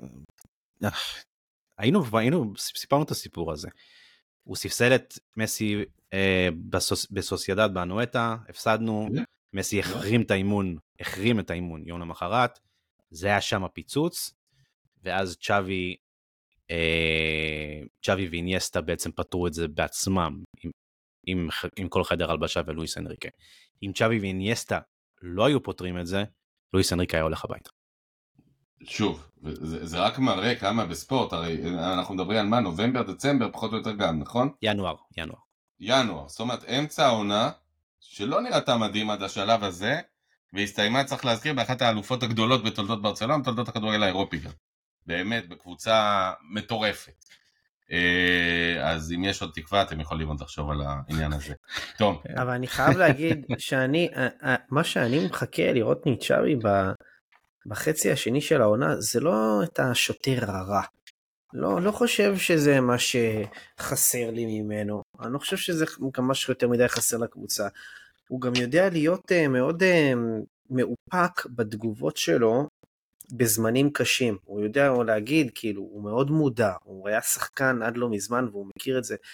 היינו, היינו, סיפרנו את הסיפור הזה. הוא ספסל את מסי אה, בסוס, בסוסיידד באנואטה, הפסדנו, yeah. מסי החרים את האימון, החרים את האימון יום למחרת, זה היה שם הפיצוץ, ואז צ'אבי, אה, צ'אבי ואינייסטה בעצם פתרו את זה בעצמם, עם, עם, עם כל חדר הלבשה ולואיס אנריקה. אם צ'אבי ואינייסטה לא היו פותרים את זה, לואיס אנריקה היה הולך הביתה. שוב, זה, זה רק מראה כמה בספורט, הרי אנחנו מדברים על מה, נובמבר, דצמבר, פחות או יותר גם, נכון? ינואר, ינואר. ינואר, זאת אומרת, אמצע העונה, שלא נראתה מדהים עד השלב הזה, והסתיימה, צריך להזכיר, באחת האלופות הגדולות בתולדות ברצלונה, בתולדות הכדורגל האירופי גם. באמת, בקבוצה מטורפת. אז אם יש עוד תקווה, אתם יכולים עוד לחשוב על העניין הזה. טוב. אבל אני חייב להגיד, שאני, מה שאני מחכה לראות מצ'אבי ב... בחצי השני של העונה, זה לא את השוטר הרע. לא, לא חושב שזה מה שחסר לי ממנו. אני לא חושב שזה גם משהו יותר מדי חסר לקבוצה. הוא גם יודע להיות מאוד מאופק בתגובות שלו בזמנים קשים. הוא יודע להגיד, כאילו, הוא מאוד מודע. הוא היה שחקן עד לא מזמן והוא מכיר את זה.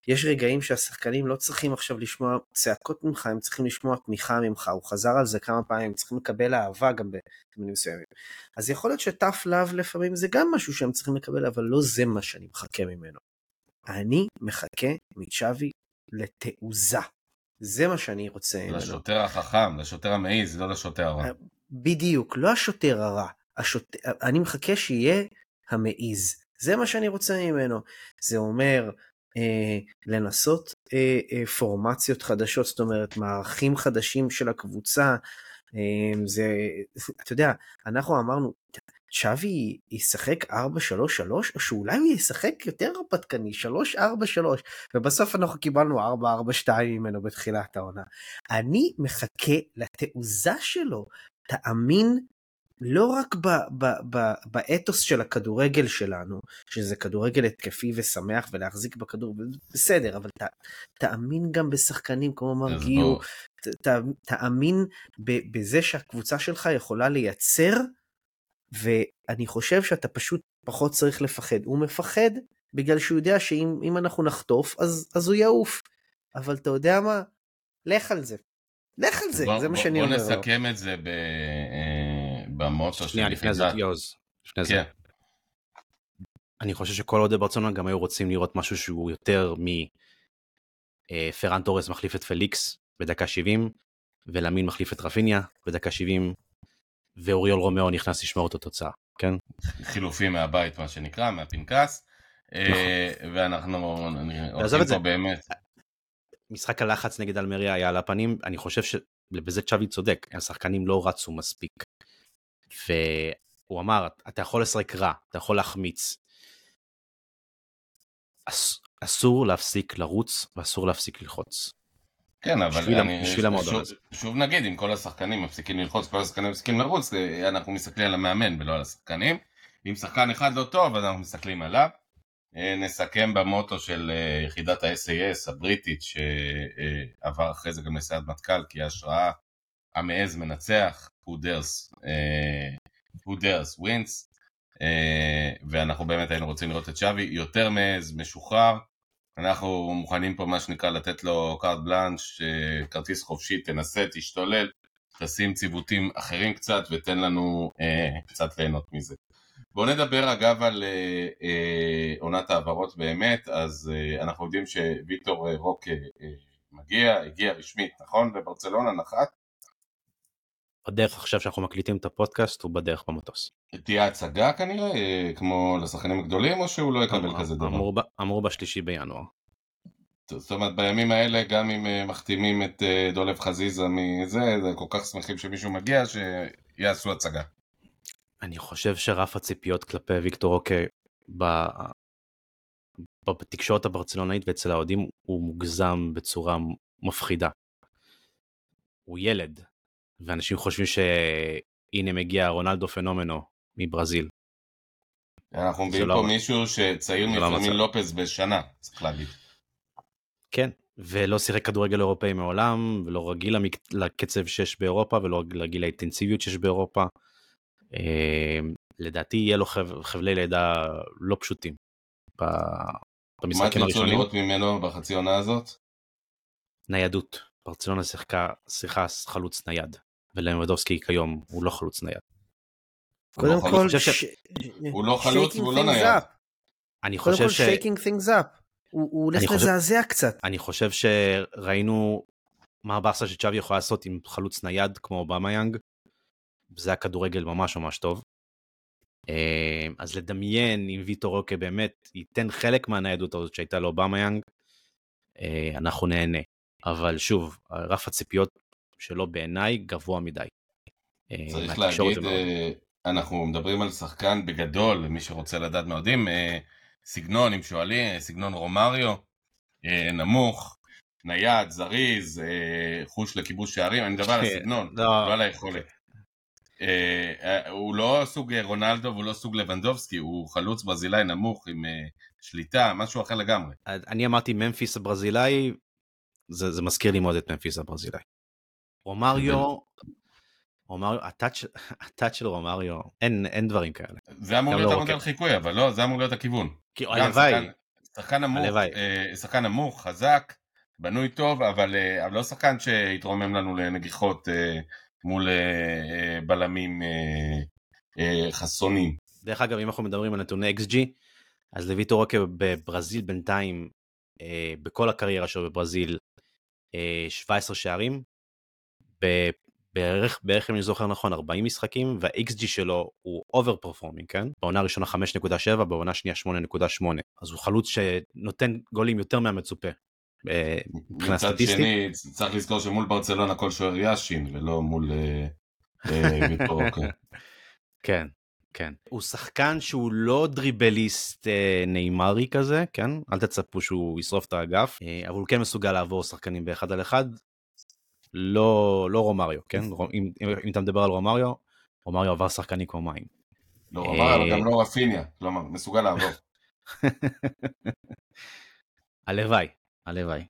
יש רגעים שהשחקנים לא צריכים עכשיו לשמוע צעקות ממך, הם צריכים לשמוע תמיכה ממך, הוא חזר על זה כמה פעמים, הם צריכים לקבל אהבה גם בתמינים מסוימים. אז יכול להיות שטף לב לפעמים זה גם משהו שהם צריכים לקבל, אבל לא זה מה שאני מחכה ממנו. אני מחכה מצ'אבי לתעוזה. זה מה שאני רוצה. לשוטר החכם, לשוטר המעיז, לא לשוטר הרע. בדיוק, לא השוטר הרע. השוטר, אני מחכה שיהיה המעיז. זה מה שאני רוצה ממנו. זה אומר אה, לנסות אה, אה, פורמציות חדשות, זאת אומרת, מערכים חדשים של הקבוצה. אה, זה, אתה יודע, אנחנו אמרנו, צ'אבי ישחק ארבע שלוש שלוש, או שאולי הוא ישחק יותר הרפתקני, שלוש ארבע שלוש, ובסוף אנחנו קיבלנו ארבע ארבע שתיים ממנו בתחילת העונה. אני מחכה לתעוזה שלו, תאמין, לא רק ב- ב- ב- באתוס של הכדורגל שלנו, שזה כדורגל התקפי ושמח ולהחזיק בכדור, בסדר, אבל ת, תאמין גם בשחקנים כמו מרגיו, ת, ת, תאמין בזה שהקבוצה שלך יכולה לייצר, ואני חושב שאתה פשוט פחות צריך לפחד. הוא מפחד בגלל שהוא יודע שאם אם אנחנו נחטוף, אז, אז הוא יעוף. אבל אתה יודע מה? לך על זה. לך על זה, בוא, זה מה בוא, שאני בוא אומר. בוא נסכם את זה ב, במוטו של שנייה, לפני זה, יוז. לפני זה. כן. אני חושב שכל עוד ברצלונה גם היו רוצים לראות משהו שהוא יותר מפרן טורס מחליף את פליקס בדקה שבעים, ולמין מחליף את רפיניה בדקה שבעים, ואוריול רומאו נכנס לשמור את התוצאה, כן? חילופים מהבית, מה שנקרא, מהפנקס, ואנחנו עושים פה באמת. משחק הלחץ נגד אלמריה היה על הפנים, אני חושב שבזה צ'אבי צודק, השחקנים לא רצו מספיק, והוא אמר, אתה יכול לשחק רע, אתה יכול להחמיץ, אסור להפסיק לרוץ, ואסור להפסיק ללחוץ. כן, אבל בשביל, אני, בשביל שוב, שוב נגיד, אם כל השחקנים מפסיקים ללחוץ, כל השחקנים מפסיקים לרוץ, אנחנו מסתכלים על המאמן ולא על השחקנים. אם שחקן אחד לא טוב, אז אנחנו מסתכלים עליו. נסכם במוטו של יחידת ה-אס איי אס הבריטית, שעבר אחרי זה גם לסיירת מטכ"ל, כי ההשראה המעז מנצח, who dares, who dares wins, ואנחנו באמת היינו רוצים לראות את צ'אבי, יותר מעז, משוחרר, אנחנו מוכנים פה מה שנקרא לתת לו קארט בלנש, כרטיס חופשי, תנסה, תשתולל, תשים ציוותים אחרים קצת ותן לנו אה, קצת ליהנות מזה. בואו נדבר אגב על אה, אה, עונת העברות באמת, אז אה, אנחנו יודעים שוויטור אה, רוק אה, אה, מגיע, הגיע רשמית, נכון? בברצלונה נחת? בדרך עכשיו שאנחנו מקליטים את הפודקאסט, הוא בדרך במטוס. תהיה הצגה כנראה, כמו לשחקנים הגדולים, או שהוא לא יקבל אמור, כזה דבר? אמור, אמור בשלישי בינואר. זאת אומרת, בימים האלה, גם אם מחתימים את דולב חזיזה מזה, זה כל כך שמחים שמישהו מגיע, שיעשו הצגה. אני חושב שרף הציפיות כלפי ויקטור רוקה בתקשורת הברצלונאית ואצל האוהדים הוא מוגזם בצורה מפחידה. הוא ילד, ואנשים חושבים שהנה מגיע רונלדו פנומנו מברזיל. אנחנו מביאים פה מישהו שצעיר מפרמין לופס בשנה, צריך להגיד. כן, ולא שיחק כדורגל אירופאי מעולם, ולא רגיל לקצב שיש באירופה, ולא רגיל לאינטנסיביות שיש באירופה. לדעתי יהיה לו חבלי לידה לא פשוטים במשחקים הראשונים. מה תרצו לראות ממנו בחצי עונה הזאת? ניידות. ברצלונה שיחקה חלוץ נייד, ולמדובסקי כיום הוא לא חלוץ נייד. קודם כל, הוא לא חלוץ והוא לא נייד. אני חושב ש... shaking things up. הוא הולך לזעזע קצת. אני חושב שראינו מה הבאסה שצ'אבי יכול לעשות עם חלוץ נייד כמו אובמייאנג, זה הכדורגל ממש ממש טוב. אז לדמיין אם ויטור רוקה באמת ייתן חלק מהניידות הזאת שהייתה לו אובמייאנג, אנחנו נהנה. אבל שוב, רף הציפיות שלו בעיניי גבוה מדי. צריך להגיד, אנחנו מדברים על שחקן בגדול, למי שרוצה לדעת מהודים, סגנון, אם שואלים, סגנון רומריו, נמוך, נייד, זריז, חוש לכיבוש שערים, אני מדבר על הסגנון, לא על היכולת. הוא לא סוג רונלדו והוא לא סוג לבנדובסקי, הוא חלוץ ברזילאי נמוך עם שליטה, משהו אחר לגמרי. אני אמרתי ממפיס הברזילאי, זה, זה מזכיר לי מאוד את ממפיס הברזילאי. רומריו, רומריו, הטאץ' של רומריו, אין, אין דברים כאלה. זה אמור להיות המודל חיקוי, אבל לא, זה אמור להיות הכיוון. הלוואי, שחקן נמוך, שחקן נמוך, חזק, בנוי טוב, אבל, אבל לא שחקן שיתרומם לנו לנגיחות מול בלמים חסונים. דרך אגב, אם אנחנו מדברים על נתוני אקס ג'י, אז לויטור רוקה בברזיל בינתיים, בכל הקריירה שלו בברזיל, שבע עשרה שערים, בערך, בערך אם אני זוכר נכון, ארבעים משחקים, וה-אקס ג'י שלו הוא אובר פרפורמינג, כן? בעונה הראשונה חמש נקודה שבע, בעונה שנייה שמונה נקודה שמונה. אז הוא חלוץ שנותן גולים יותר מהמצופה. מבחינה סטטיסטית. מצד שני, צריך לזכור שמול ברצלונה כל שוער יאשין, ולא מול ויטור רוקה. כן, כן. הוא שחקן שהוא לא דריבליסט ניימרי כזה, כן? אל תצפו שהוא ישרוף את האגף, אבל הוא כן מסוגל לעבור שחקנים באחד על אחד, לא, לא רומריו, כן? אם, אם אתה מדבר על רומריו, רומריו עבר שחקנים כמו מים. לא רומריו, אבל גם לא רפיניה, כלומר, מסוגל לעבור. הלוואי, הלוואי.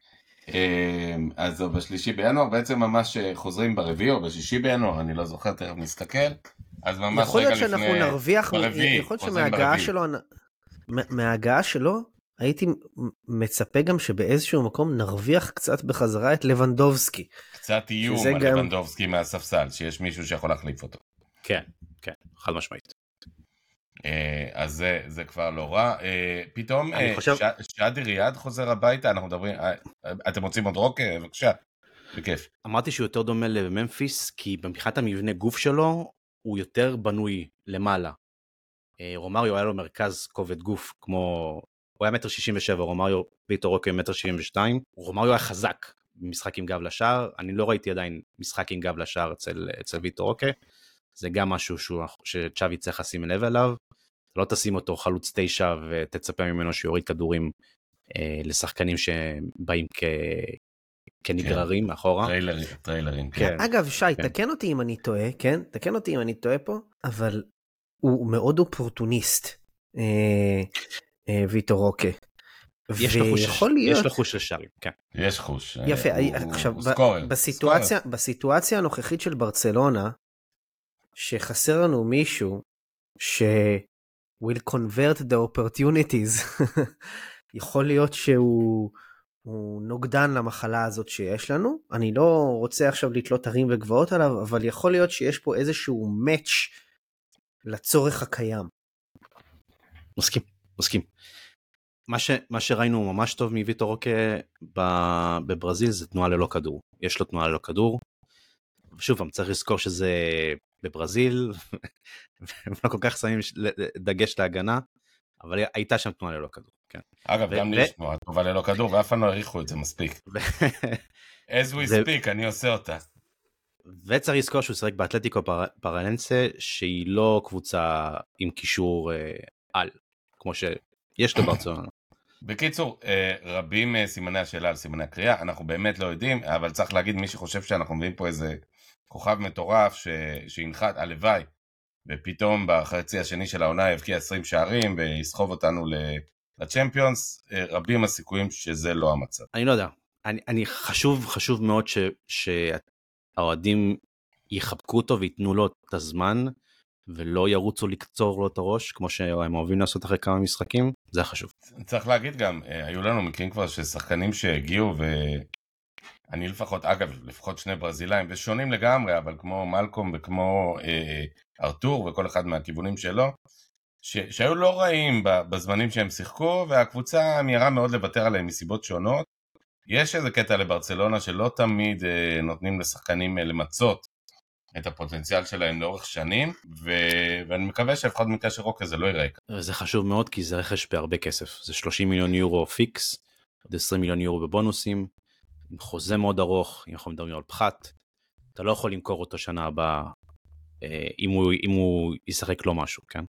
אז בשלישי בינואר, בעצם ממש חוזרים ברביעי או בשישי בינואר, אני לא זוכר, תכף נסתכל. אז ממש יכול להיות שאנחנו נרוויח, יכול להיות שמההגעה שלו, מההגעה שלו, הייתי מצפה גם שבאיזשהו מקום נרוויח קצת בחזרה את לבנדובסקי. קצת איום על גם... לבנדובסקי מהספסל, שיש מישהו שיכול להחליף אותו. כן, כן, חד משמעית. אז זה, זה כבר לא רע. פתאום חושב... ש... שעדי ריאד חוזר הביתה, אנחנו מדברים, אתם רוצים עוד רוק? בבקשה, בכיף. אמרתי שהוא יותר דומה לממפיס, כי מבחינת המבנה גוף שלו, הוא יותר בנוי למעלה. רומריו היה לו מרכז כובד גוף, כמו... הוא היה מטר שישים ושבע, רומריו ויטור רוקה מטר שבעים ושתיים. רומריו היה חזק במשחק עם גב לשער, אני לא ראיתי עדיין משחק עם גב לשער אצל, אצל ויטור רוקה. זה גם משהו שהוא, שצ'אבי צריך לשים לב אליו. לא תשים אותו חלוץ תשע ותצפה ממנו שיוריד כדורים אה, לשחקנים שבאים כ... כנגררים כן. מאחורה. טריילרים, טריילרים. כן. כן. אגב, שי, כן. תקן אותי אם אני טועה, כן? תקן אותי אם אני טועה פה, אבל הוא מאוד אופורטוניסט, אה, אה, ויטור רוקה. יש לו חוש, להיות... יש לו חוש לשערים, כן. יש חוש. יפה, הוא, עכשיו, הוא סקורר. בסיטואציה, סקורר. בסיטואציה הנוכחית של ברצלונה, שחסר לנו מישהו ש... will convert the opportunities. יכול להיות שהוא נוגדן למחלה הזאת שיש לנו. אני לא רוצה עכשיו לתלות הרים וגבעות עליו, אבל יכול להיות שיש פה איזשהו match לצורך הקיים. מסכים, מסכים. מה, ש, מה שראינו ממש טוב מוויטור רוקה בברזיל זה תנועה ללא כדור. יש לו תנועה ללא כדור. שוב פעם, צריך לזכור שזה בברזיל, ולא כל כך שמים דגש להגנה, אבל הייתה שם תנועה ללא כדור. כן. אגב, גם לי יש תנועה טובה ללא כדור, ואף פעם לא העריכו את זה מספיק. As we speak, אני עושה אותה. וצריך לזכור שהוא שחק באתלטיקו פרננסה, שהיא לא קבוצה עם קישור על, כמו שיש לברצלונה. בקיצור, רבים סימני השאלה על סימני הקריאה, אנחנו באמת לא יודעים, אבל צריך להגיד, מי שחושב שאנחנו מביאים פה איזה כוכב מטורף ש... שינחת, הלוואי, ופתאום בחצי השני של העונה יבקיע עשרים שערים ויסחוב אותנו לצ'מפיונס, רבים הסיכויים שזה לא המצב. אני לא יודע, אני, אני חשוב, חשוב מאוד ש... שהאוהדים יחבקו אותו ויתנו לו את הזמן, ולא ירוצו לקצור לו את הראש, כמו שהם אוהבים לעשות אחרי כמה משחקים, זה חשוב. צריך להגיד גם, היו לנו מקרים כבר ששחקנים שהגיעו, ואני לפחות, אגב, לפחות שני ברזילאים, ושונים לגמרי, אבל כמו מלקום וכמו אה, ארתור, וכל אחד מהכיוונים שלו, ש, שהיו לא רעים בזמנים שהם שיחקו, והקבוצה מהירה מאוד לוותר עליהם מסיבות שונות. יש איזה קטע לברצלונה שלא תמיד אה, נותנים לשחקנים אה, למצות, את הפוטנציאל שלהם לאורך שנים, ו... ואני מקווה שלפחות במקרה של רוקה זה לא ייראה. זה חשוב מאוד, כי זה רכש בהרבה כסף. זה שלושים מיליון יורו פיקס, עוד עשרים מיליון יורו בבונוסים, חוזה מאוד ארוך, אם אנחנו מדברים על פחת, אתה לא יכול למכור אותו שנה הבאה, אם הוא, אם הוא ישחק לו משהו, כן?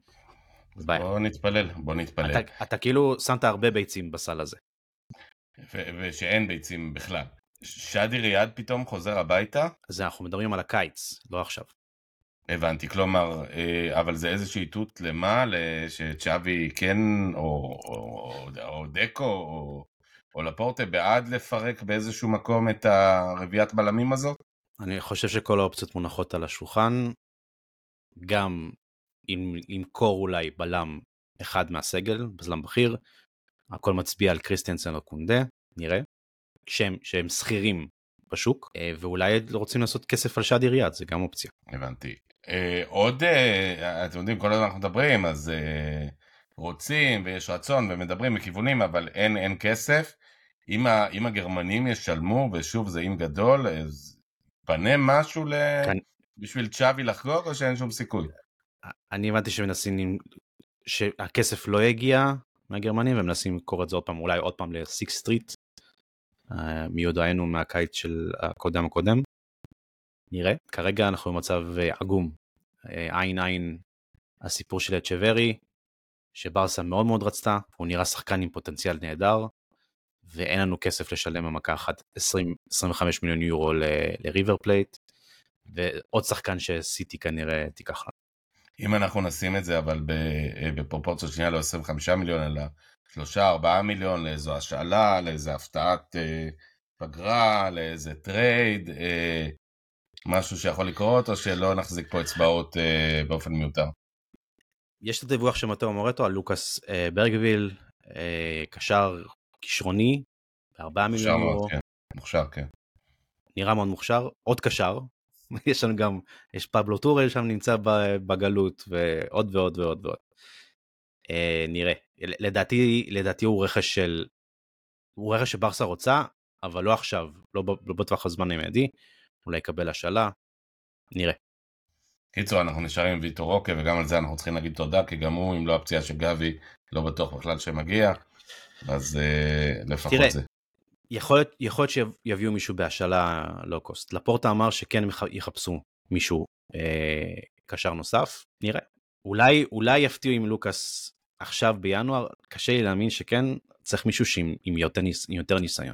בוא נתפלל, בוא נתפלל. אתה, אתה כאילו שמת הרבה ביצים בסל הזה. ו... ושאין ביצים בכלל. שעדי ריאד פתאום חוזר הביתה? אז אנחנו מדברים על הקיץ, לא עכשיו. הבנתי, כלומר, אבל זה איזושהי איתות למה? שצ'אבי כן, או, או, או דקו, או, או לפורטה בעד לפרק באיזשהו מקום את הרביעת בלמים הזאת? אני חושב שכל האופציות מונחות על השולחן, גם אם למכור אולי בלם אחד מהסגל, בזלם בכיר, הכל מצביע על קריסטיאנסן או קונדה, נראה, שהם, שהם שכירים בשוק, ואולי רוצים לעשות כסף על שד ריאד, זה גם אופציה. הבנתי. עוד, אתם יודעים, כל הזמן אנחנו מדברים, אז רוצים ויש רצון ומדברים בכיוונים, אבל אין, אין כסף. אם, ה, אם הגרמנים ישלמו, ושוב זה אם גדול, אז פנה משהו ל... כאן... בשביל צ'אבי לחגוג, או שאין שום סיכוי? אני הבנתי שמנסים, שהכסף לא יגיע מהגרמנים, ומנסים לקרוא את זה עוד פעם, אולי עוד פעם ל-Sixth סטריט, מי יודענו מהקיץ של הקודם הקודם. נראה, כרגע אנחנו במצב עגום, עין עין הסיפור של צ'ברי, שברסה מאוד מאוד רצתה, הוא נראה שחקן עם פוטנציאל נהדר, ואין לנו כסף לשלם במכה אחת עשרים עשרים וחמישה מיליון יורו לריבר פלייט, ועוד שחקן שסיטי כנראה תיקח לנו. אם אנחנו נשים את זה, אבל בפרופורציות שנייה לא עשרים וחמישה מיליון, אלא שלושה ארבעה מיליון לאיזו השאלה, לאיזו הפתעת אה, פגרה, לאיזה טרייד, אה, משהו שיכול לקרות, או שלא נחזיק פה אצבעות אה, באופן מיותר? יש את הדיווח של מתאו מורטו על לוקאס אה, ברגוויל, אה, קשר כישרוני, בארבעה מיליון יורו. כן. מוכשר, כן. נראה מאוד מוכשר, עוד קשר, יש לנו גם, יש פבלו טורל שם נמצא בגלות, ועוד ועוד ועוד ועוד. אה, נראה, לדעתי, לדעתי הוא רכש של, הוא רכש שברסה רוצה, אבל לא עכשיו, לא, לא בטווח הזמן המיידי, אולי יקבל השאלה, נראה. קיצור, אנחנו נשארים עם ויטור רוקה, וגם על זה אנחנו צריכים להגיד תודה, כי גם הוא, אם לא הפציעה של גבי, לא בטוח בכלל שמגיע, אז uh, לפחות תראה, זה. יכול להיות, יכול להיות שיביאו מישהו בהשאלה לא קוסט. לפורטה אמר שכן יחפשו מישהו אה, קשר נוסף, נראה. אולי, אולי יפתיעו עם לוקאס עכשיו בינואר, קשה לי להאמין שכן, צריך מישהו שעם, עם יותר, ניס, עם יותר ניסיון.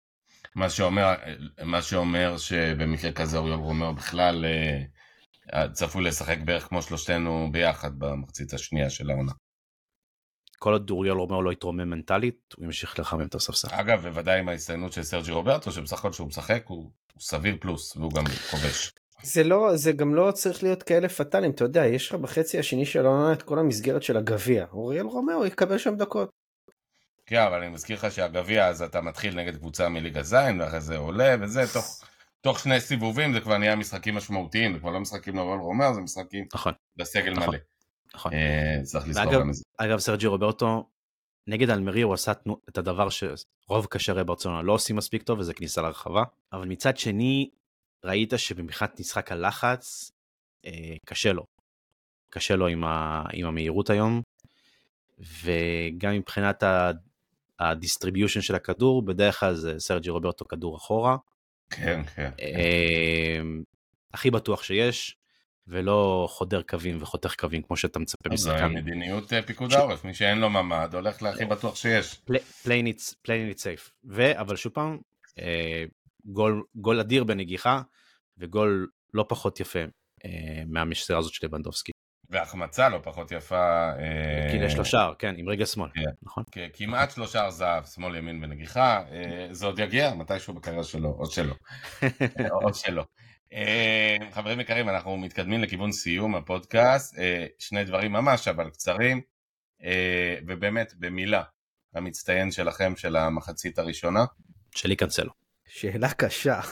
מה שאומר, מה שאומר שבמקרה כזה אוריול רומאו בכלל אה, צפוי לשחק בערך כמו שלושתנו ביחד במחצית השנייה של העונה. כל עוד אוריול רומאו לא יתרומם מנטלית, הוא ימשיך לחמם את הספסל. אגב, בוודאי עם ההסתיינות של סרג'י רוברטו, שבסך הכל שהוא משחק, הוא, הוא סביר פלוס, והוא גם כובש. זה לא, זה גם לא צריך להיות כאלה פטלים, אתה יודע, יש לך בחצי השני של העונה את כל המסגרת של הגביע, אוריול רומאו יקבל שם דקות. כן, אבל אני מזכיר לך שהגביע, אז אתה מתחיל נגד קבוצה מליגה זין, ואחרי זה עולה, וזה תוך, תוך שני סיבובים, זה כבר נהיה משחקים משמעותיים, זה כבר לא משחקים לאוריול רומאו, זה משחקים נכון. בסגל נכון. מלא. נכון. צריך לזכור ואגב, גם את זה. אגב, סרג'י רוברטו, נגד אלמרי הוא עשה את הדבר שרוב קשרי ברצלונה לא עושים מספיק טוב, וזה כניסה לרחבה. אבל מצד שני, ראית שבמבחינת משחק הלחץ, אה, קשה לו. קשה לו עם, ה, עם המהירות היום, וגם מבחינת הדיסטריביושן של הכדור, בדרך כלל זה סרג'י רוברטו כדור אחורה. כן, כן. אה, הכי בטוח שיש, ולא חודר קווים וחותך קווים כמו שאתה מצפה משחקן. זו מדיניות פיקוד העורף, מי שאין לו ממד הולך להכי בטוח שיש. Playing it safe. אבל שוב פעם, גול אדיר בנגיחה, וגול לא פחות יפה מהמשסרה הזאת של לבנדובסקי. והחמצה לא פחות יפה. כי לשלושה, כן, עם רגע שמאל, נכון? כמעט שלושה זהב, שמאל ימין בנגיחה, זה עוד יגיע מתישהו בקריירה שלו, עוד שלו. עוד שלו. חברים יקרים, אנחנו מתקדמים לכיוון סיום הפודקאסט, שני דברים ממש אבל קצרים, ובאמת במילה, המצטיין שלכם של המחצית הראשונה? שלי קנסלו. שאלה קשה.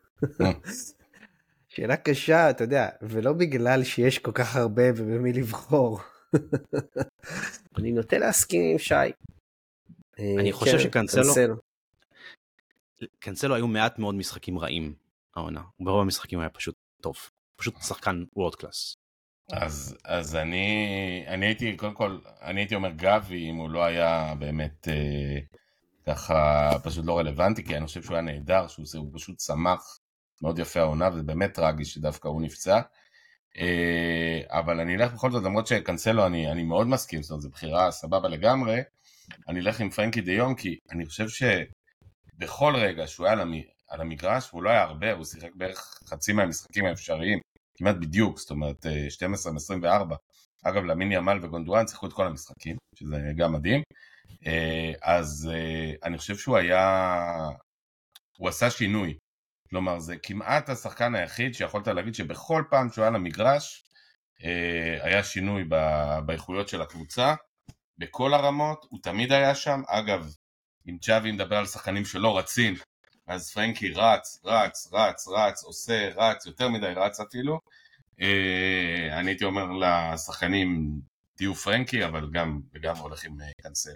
שאלה קשה, אתה יודע, ולא בגלל שיש כל כך הרבה ובמי לבחור. אני נוטה להסכים עם שי. אני חושב שקנסלו, קנסלו היו מעט מאוד משחקים רעים. העונה, ברוב המשחקים היה פשוט טוב, פשוט שחקן וורד קלאס. אז, אז אני, אני הייתי, קודם כל, אני הייתי אומר גבי, אם הוא לא היה באמת אה, ככה פשוט לא רלוונטי, כי אני חושב שהוא היה נהדר, שהוא, הוא פשוט צמח מאוד יפה העונה, וזה באמת טרגי שדווקא הוא נפצע. אה, אבל אני אלך בכל זאת, למרות שקנסלו אני, אני מאוד מסכים, זאת אומרת, זו בחירה סבבה לגמרי, אני אלך עם פרנקי דה יונג, כי אני חושב שבכל רגע שהוא היה למי, על המגרש, והוא לא היה הרבה, הוא שיחק בערך חצי מהמשחקים האפשריים, כמעט בדיוק, זאת אומרת שתים עשרה עשרים וארבע. אגב, למיני ימל וגונדואן שיחקו את כל המשחקים, שזה גם מדהים. אז אני חושב שהוא היה, הוא עשה שינוי. כלומר, זה כמעט השחקן היחיד שיכולת להגיד שבכל פעם שהוא היה למגרש, היה שינוי באיכויות של הקבוצה, בכל הרמות, הוא תמיד היה שם. אגב, אם צ'אבי מדבר על שחקנים שלא רצים, אז פרנקי רץ, רץ, רץ, רץ, עושה, רץ, יותר מדי רץ אפילו. אני הייתי אומר לשחקנים, תהיו פרנקי, אבל גם, וגם הולכים קנסל.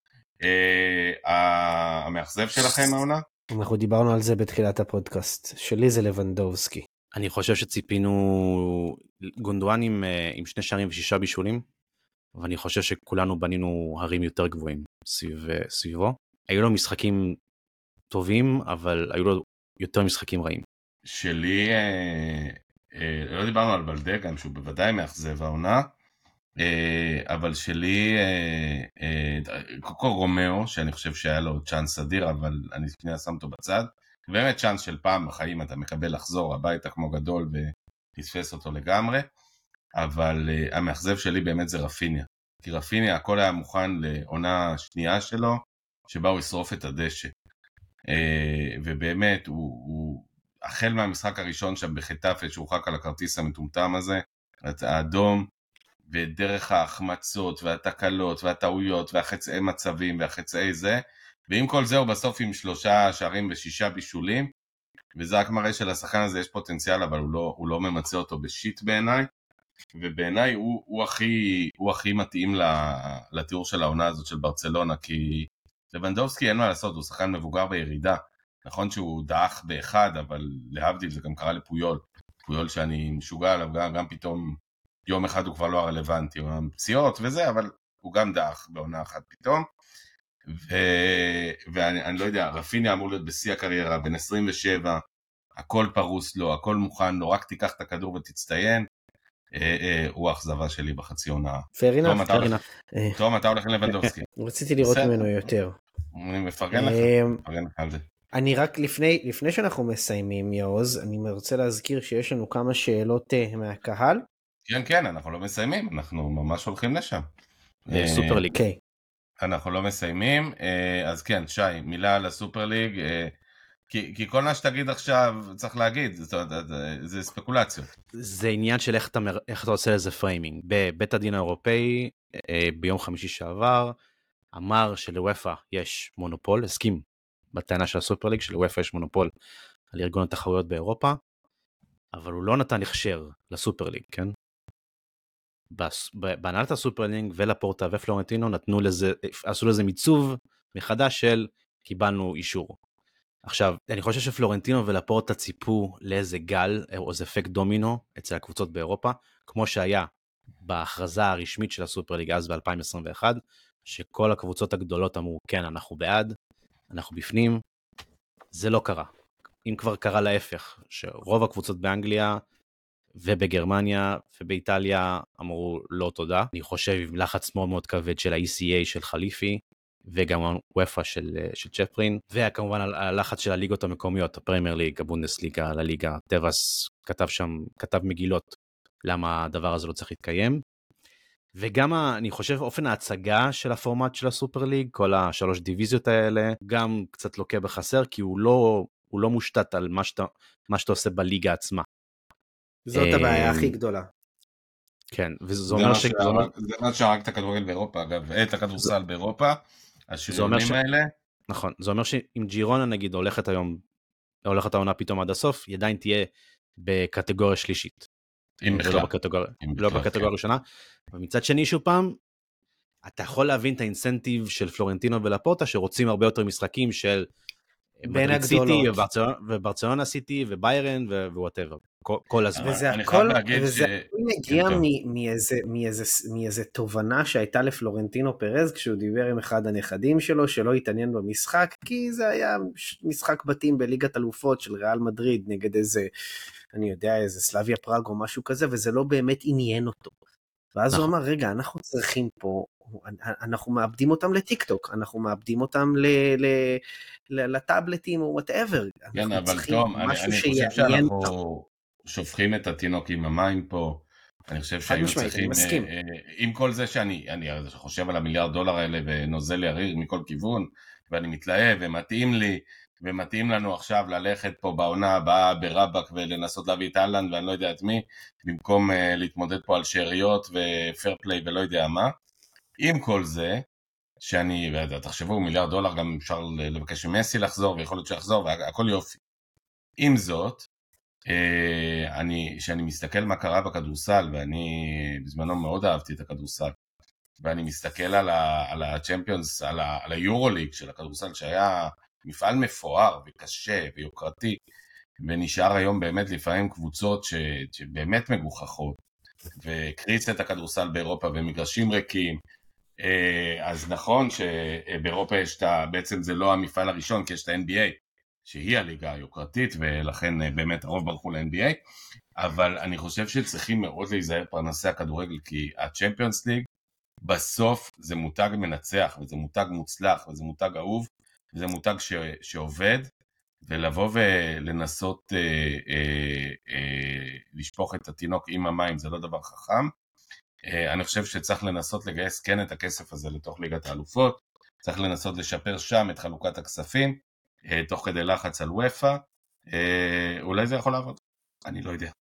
המאכזב שלכם העונה? אנחנו דיברנו על זה בתחילת הפודקאסט, שלי זה לבנדובסקי. אני חושב שציפינו גונדואן עם, עם שני שערים ושישה בישולים, ואני חושב שכולנו בנינו הרים יותר גבוהים סביב, סביבו. היו לו משחקים טובים, אבל היו לו יותר משחקים רעים. שלי, אה, אה, לא דיברנו על בלדה גם, שהוא בוודאי מאכזב העונה, אה, אבל שלי, אה, אה, קוקו רומאו, שאני חושב שהיה לו צ'אנס אדיר, אבל אני כנראה שם אותו בצד, באמת צ'אנס של פעם בחיים, אתה מקבל לחזור הביתה כמו גדול, ותתפס אותו לגמרי, אבל uh, המאכזב שלי באמת זה רפיניה, כי רפיניה הכל היה מוכן לעונה שנייה שלו, שבה הוא ישרוף את הדשא, uh, ובאמת הוא, הוא החל מהמשחק הראשון שם בחטאפה, שהורחק על הכרטיס המטומטם הזה, האדום, ודרך ההחמצות והתקלות והטעויות והחצאי מצבים והחצאי זה, ועם כל זה הוא בסוף עם שלושה שערים ושישה בישולים, וזה רק מראה שלשחקן הזה יש פוטנציאל, אבל הוא לא, הוא לא ממצא אותו בשיט בעיניי, ובעיניי הוא, הוא, הכי, הוא הכי מתאים לתיאור של העונה הזאת של ברצלונה, כי לבנדובסקי אין מה לעשות, הוא שחקן מבוגר בירידה, נכון שהוא דאח באחד, אבל להבדיל זה גם קרה לפויול, פויול שאני משוגע עליו, גם, גם פתאום יום אחד הוא כבר לא הרלוונטי, הוא עם פציעות וזה, אבל הוא גם דאח בעונה אחת פתאום, ו... ואני אני לא יודע, רפיניה אמור להיות בשיא הקריירה, בן עשרים ושבע, הכל פרוס לו, הכל מוכן לו, רק תיקח את הכדור ותצטיין, אה, אה, הוא האכזבה שלי בחצי עונה. fair enough, fair enough. תום, אתה הולך ללבנדובסקי. רציתי לראות ממנו יותר. אני מפרגן לך, מפרגן לך על זה. אני רק לפני, לפני שאנחנו מסיימים, יעוז, אני רוצה להזכיר שיש לנו כמה שאלות מהקהל. כן, כן, אנחנו לא מסיימים, אנחנו ממש הולכים לשם. סופר ליג. אוקיי. אנחנו לא מסיימים, אז כן, שי, מילה על הסופר ליג, כי, כי כל מה שתגיד עכשיו צריך להגיד, זה, זה, זה ספקולציות. זה עניין של איך אתה, איך אתה עושה לזה פריימינג. בבית הדין האירופאי, ביום חמישי שעבר, אמר שלוופא יש מונופול, הסכים בטענה של הסופר ליג, שלוופא יש מונופול על ארגון התחרויות באירופה, אבל הוא לא נתן הכשר לסופר ליג, כן? בהנהלת הסופר ליג ולפורטה ופלורנטינו נתנו לזה, עשו לזה מיצוב מחדש של קיבלנו אישור. עכשיו, אני חושב שפלורנטינו ולפורטה ציפו לאיזה גל או איזה אפקט דומינו אצל הקבוצות באירופה, כמו שהיה בהכרזה הרשמית של הסופר ליג אז ב-אלפיים עשרים ואחת, שכל הקבוצות הגדולות אמרו, כן, אנחנו בעד, אנחנו בפנים. זה לא קרה. אם כבר קרה להפך, שרוב הקבוצות באנגליה ובגרמניה ובאיטליה אמרו לא תודה. אני חושב עם לחץ מאוד מאוד כבד של ה-E C A של חליפי, וגם וופא של, של צ'פרין, וכמובן הלחץ של הליגות המקומיות, הפרמייר ליג, הבונדסליגה, הליגה, טבעס כתב שם, כתב מגילות למה הדבר הזה לא צריך להתקיים. וגם אני חושב אופן ההצגה של הפורמט של הסופר ליג, כל השלוש דיוויזיות האלה, גם קצת לוקה בחסר, כי הוא לא, הוא לא מושתת על מה שאתה, מה שאתה עושה בליגה עצמה. זאת הבעיה הכי גדולה. כן, וזה אומר ש... זה מה שהרג את הכדורגל באירופה, אגב, את הכדורסל באירופה, השריונים האלה. נכון, זה אומר שאם ג'ירונה נגיד הולכת היום, הולכת העונה פתאום עד הסוף, היא עדיין תהיה בקטגוריה שלישית. אם בכלל. לא בקטגוריה ראשונה. ומצד שני שוב פעם, אתה יכול להבין את האינסנטיב של פלורנטינו ולפורטה, שרוצים הרבה יותר משחקים של מדריד סיטי וברצלונה סיטי וביירן ווואטאבר. כל הזמן. וזה הכל מגיע מאיזה תובנה שהייתה לפלורנטינו פרז, כשהוא דיבר עם אחד הנכדים שלו, שלא התעניין במשחק, כי זה היה משחק בתים בליגת אלופות של ריאל מדריד, נגד איזה, אני יודע, איזה סלאביה פראג או משהו כזה, וזה לא באמת עניין אותו. ואז הוא אמר, רגע, אנחנו צריכים פה, אנחנו מאבדים אותם לטיק-טוק, אנחנו מאבדים אותם לטאבלטים או whatever. כן, אבל טוב, אני חושב שאנחנו שופכים את התינוק עם המים פה, אני חושב שהיו צריכים, עם כל זה שאני חושב על המיליארד דולר האלה, ונוזל לי הריר מכל כיוון, ואני מתלהב ומתאים לי, ומתאים לנו עכשיו ללכת פה בעונה הבאה ברבק ולנסות להביא את אלנד ואני לא יודע את מי, במקום uh, להתמודד פה על שאריות ופייר פליי ולא יודע מה. עם כל זה, שאני, תחשבו, מיליארד דולר גם אפשר לבקש ממסי לחזור, ויכול להיות שיחזור, והכל יופי. עם זאת, אני, שאני מסתכל מה קרה בכדורסל, ואני בזמנו מאוד אהבתי את הכדורסל, ואני מסתכל על ה, על הצ'מפיונס, על ה, על היורוליג של הכדורסל, שהיה מפעל מפואר וקשה ויוקרתי, ונשאר היום באמת לפעמים קבוצות ש, שבאמת מגוחכות, וקריץ את הכדורסל באירופה ומגרשים ריקים. אז נכון שבאירופה יש את ה, בעצם זה לא המפעל הראשון, כי יש את ה-אן בי איי, שהיא הליגה היוקרתית, ולכן באמת הרוב ברחו ל-אן בי איי, אבל אני חושב שצריכים מאוד להיזהר פרנסי הכדורגל, כי הצ'מפיונס ליג בסוף זה מותג מנצח, וזה מותג מוצלח, וזה מותג אהוב, וזה מותג ש, שעובד, ולבוא ולנסות אה, אה, אה, לשפוך את התינוק עם המים, זה לא דבר חכם. אה, אני חושב שצריך לנסות לגייס כן את הכסף הזה לתוך ליגת האלופות, צריך לנסות לשפר שם את חלוקת הכספים, אה, תוך כדי לחץ על וופא, אה, אולי זה יכול לעבוד, אני לא יודע.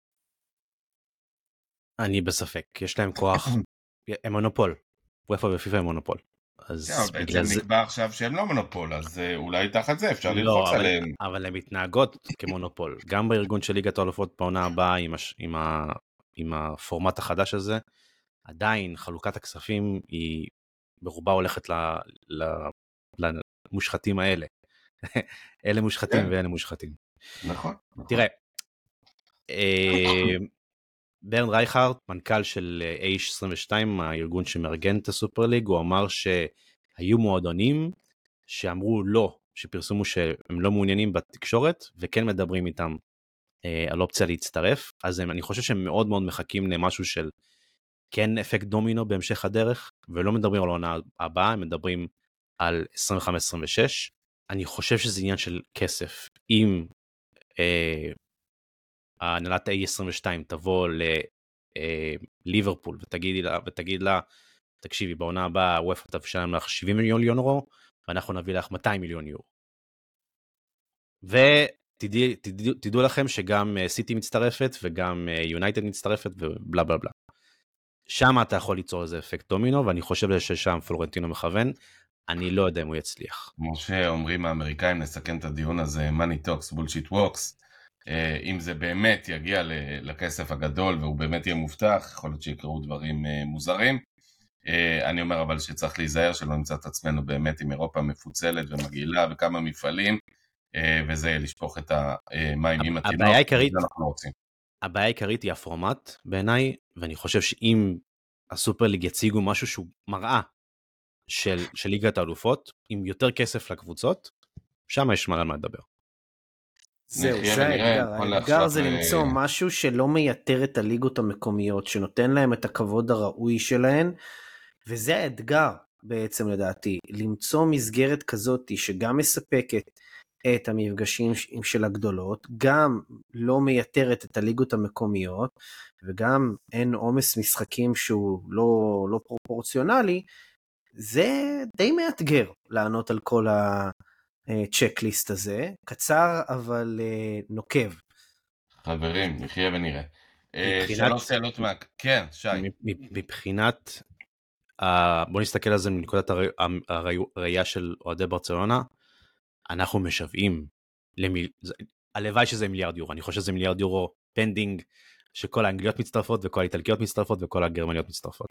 אני בספק, יש להם כוח, הם מונופול, וופא ופיפ"א הם מונופול. אז yeah, בעצם זה... נקבע עכשיו שהם לא מונופול, אז uh, אולי תחת זה אפשר לא, ללחוץ אבל, עליהם. אבל הם מתנהגות כמונופול, גם בארגון של ליגת האלופות בעונה הבאה עם, הש... עם, ה... עם הפורמט החדש הזה, עדיין חלוקת הכספים היא ברובה הולכת ל... ל... למושחתים האלה. אלה מושחתים yeah. ואלה מושחתים. נכון. נכון. תראה, אה... ברן רייכרט, מנכ"ל של אייש עשרים ושתיים, הארגון שמארגן את הסופר ליג, הוא אמר שהיו מועדונים שאמרו לא, שפרסמו שהם לא מעוניינים בתקשורת, וכן מדברים איתם אה, על אופציה להצטרף, אז הם, אני חושב שהם מאוד מאוד מחכים למשהו של כן אפקט דומינו בהמשך הדרך, ולא מדברים על העונה הבאה, הם מדברים על עשרים וחמש עשרים ושש, אני חושב שזה עניין של כסף, אם... אה, הנהלת ה-איי עשרים ושתיים תבוא לליברפול ותגיד לה, ותגיד לה, תקשיבי, בעונה הבאה וופא תשלם לך שבעים מיליון יורו, ואנחנו נביא לך מאתיים מיליון יורו. ותדעו לכם שגם סיטי מצטרפת, וגם יונייטד מצטרפת, ובלה בלה בלה. שם אתה יכול ליצור איזה אפקט דומינו, ואני חושב ששם פלורנטינו מכוון, אני לא יודע אם הוא יצליח. כמו שאומרים האמריקאים, נסכם את הדיון הזה, money talks, bullshit walks, אם זה באמת יגיע לכסף הגדול והוא באמת יהיה מובטח, יכול להיות שיקראו דברים מוזרים. אני אומר אבל שצריך להיזהר שלא נמצא את עצמנו באמת עם אירופה מפוצלת ומגעילה וכמה מפעלים, וזה לשפוך את המים עם התינוק. הבעיה העיקרית, הבעיה העיקרית היא הפורמט בעיניי, ואני חושב שאם הסופר ליג יציגו משהו שהוא מראה של, של ליגת האלופות, עם יותר כסף לקבוצות, שם יש מה מה לדבר. זהו, זה האתגר, האתגר זה למצוא משהו שלא מייתר את הליגות המקומיות, שנותן להם את הכבוד הראוי שלהן, וזה האתגר בעצם לדעתי, למצוא מסגרת כזאת שגם מספקת את המפגשים של הגדולות, גם לא מייתרת את הליגות המקומיות, וגם אין עומס משחקים שהוא לא, לא פרופורציונלי, זה די מאתגר לענות על כל ה... צ'קליסט הזה, קצר אבל נוקב. חברים, נחיה ונראה. שלוש שאלות מה... כן, שי. מבחינת, בוא נסתכל על זה מנקודת הראייה של אוהדי ברצלונה, אנחנו משוועים, הלוואי שזה מיליארד יורו, אני חושב שזה מיליארד יורו פנדינג, שכל האנגליות מצטרפות וכל האיטלקיות מצטרפות וכל הגרמניות מצטרפות.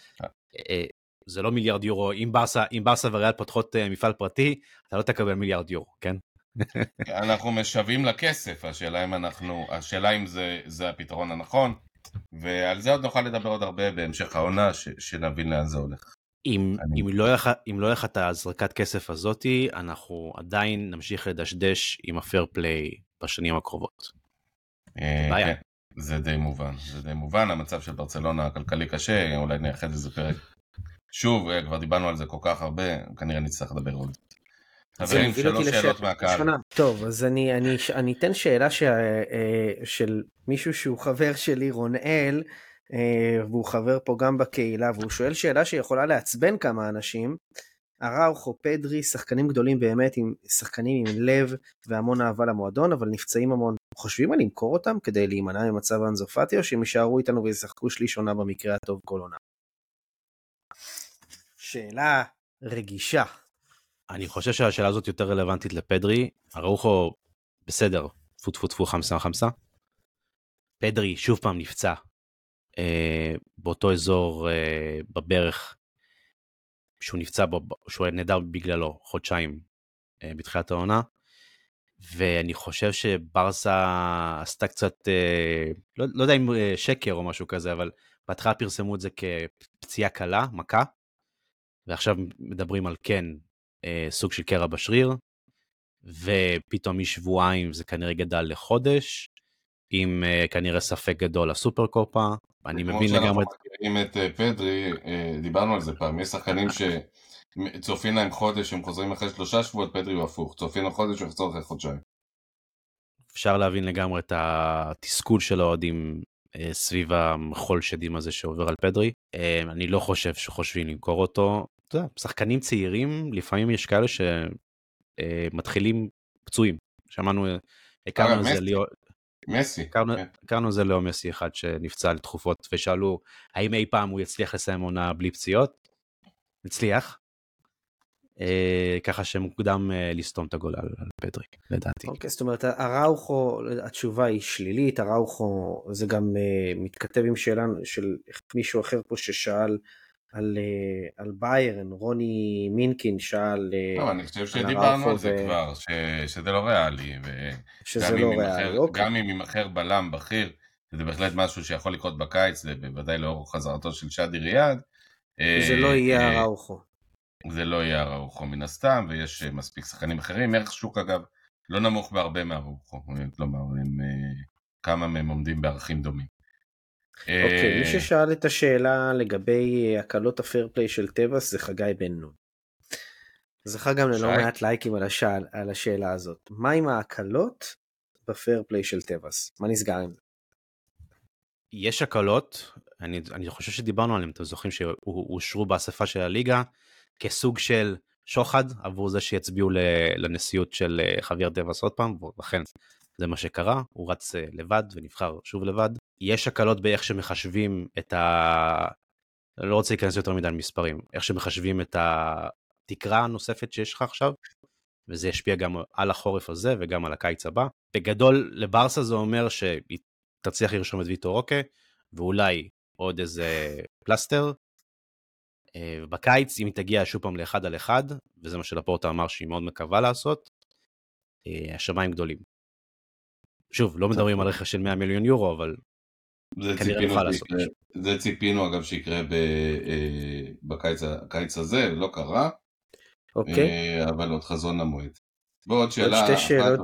זה לא מיליארד יורו, אם ברסה, אם ברסה וריאל פותחות מפעל פרטי, אתה לא תקבל מיליארד יורו, כן? אנחנו משווים לכסף, השאלה אם אנחנו, השאלה אם זה, זה הפתרון הנכון, ועל זה עוד נוכל לדבר עוד הרבה בהמשך העונה, ש, שנבין לאן זה הולך. אם, אני... אם לא יח, אם לא יח את הזרקת כסף הזאתי, אנחנו עדיין נמשיך לדשדש עם הפייר פליי בשנים הקרובות. כן, זה די מובן, זה די מובן, המצב של ברצלונה הכלכלי קשה, אולי נייחד איזה פרק. שוב, כבר דיברנו על זה כל כך הרבה, כנראה נצטרך לדבר עוד. חברים, שלוש שאלות מהקהל. טוב, אז אני, אני, אני אתן שאלה ש, של מישהו שהוא חבר שלי, רונאל, והוא חבר פה גם בקהילה, והוא שואל שאלה שיכולה לעצבן כמה אנשים. אראוכו, פדרי, שחקנים גדולים באמת, עם שחקנים עם לב והמון אהבה למועדון, אבל נפצעים המון. חושבים על למכור אותם כדי להימנע ממצב אנזו פאטי, או שהם יישארו איתנו וישחקו שליש עונה במקרה הטוב כל עונה? שאלה רגישה. אני חושב שהשאלה הזאת יותר רלוונטית לפדרי. אראוחו בסדר, טפו טפו טפו חמסה חמסה. פדרי שוב פעם נפצע אה, באותו אזור אה, בברך שהוא נפצע בו, שהוא נהדר בגללו חודשיים אה, בתחילת העונה. ואני חושב שברסה עשתה קצת, אה, לא, לא יודע אם אה, שקר או משהו כזה, אבל בהתחלה פרסמו את זה כפציעה קלה, מכה, ועכשיו מדברים על כן, אה, סוג של קרע בשריר, ופתאום משבועיים זה כנראה גדל לחודש, עם אה, כנראה ספק גדול לסופר קופה, אני מבין לגמרי... כמו שאנחנו מכירים את פדרי, אה, דיברנו על זה פעם, יש שחקנים שצופין להם חודש, הם חוזרים אחרי שלושה שבועות, פדרי הוא הפוך, צופין לחודש ויחזור אחרי חודשיים. אפשר להבין לגמרי את התסכול של האוהדים סביב המחול שדים הזה שעובר על פדרי. אני לא חושב שחושבים למכור אותו. אתה יודע, שחקנים צעירים, לפעמים יש כאלה שמתחילים פצועים. שמענו, הכרנו את זה ליאו... מסי. הכרנו את זה ליאו מסי אחד שנפצע לתחופות, ושאלו האם אי פעם הוא יצליח לסיים עונה בלי פציעות. הצליח. ככה שמוקדם לסתום את הגול על פדרי, לדעתי. אוקיי, זאת אומרת, אראוחו, התשובה היא שלילית, אראוחו זה גם מתכתב עם שאלה של מישהו אחר פה ששאל על ביירן, רוני מינקין שאל... לא, אני חושב שדיברנו על זה כבר, שזה לא ריאלי, שזה לא ריאלי, אוקיי. גם אם ימחר בלם בכיר, זה בהחלט משהו שיכול לקרות בקיץ, בוודאי לאור חזרתו של שדי ריאד. זה לא יהיה אראוחו. זה לא יהיה אראוחו מן הסתם, ויש מספיק שחקנים אחרים. ערך שוק אגב לא נמוך בהרבה מאראוחו, כלומר, הם, כמה מהם עומדים בערכים דומים. אוקיי, מי ששאל את השאלה לגבי הקלות הפייר פליי של טבעס זה חגי בן נון. זכה גם ללא מעט לייקים על, השאל, על השאלה הזאת. מה עם ההקלות בפייר פליי של טבעס? מה נסגר עם זה? יש הקלות, אני, אני חושב שדיברנו עליהם, אתם זוכרים שאושרו באספה של הליגה, כסוג של שוחד עבור זה שיצביעו לנשיאות של חוויאר טבעס עוד פעם, ולכן זה מה שקרה, הוא רץ לבד ונבחר שוב לבד. יש הקלות באיך שמחשבים את ה... לא רוצה להיכנס יותר מדי על מספרים, איך שמחשבים את התקרה הנוספת שיש לך עכשיו, וזה ישפיע גם על החורף הזה וגם על הקיץ הבא. בגדול לברסה זה אומר שהיא תצליח לרשום את ויטור רוקה, ואולי עוד איזה פלסטר, בקיץ, אם היא תגיע שוב פעם לאחד על אחד, וזה מה שלפורטה אמר שהיא מאוד מקווה לעשות, השמיים גדולים. שוב, לא מדברים על רכש של מאה מיליון יורו, אבל כנראה נוכל לעשות. זה ציפינו אגב שיקרה בקיץ הזה, לא קרה, אבל עוד חזון למועד. ועוד שאלה, שתי שאלות,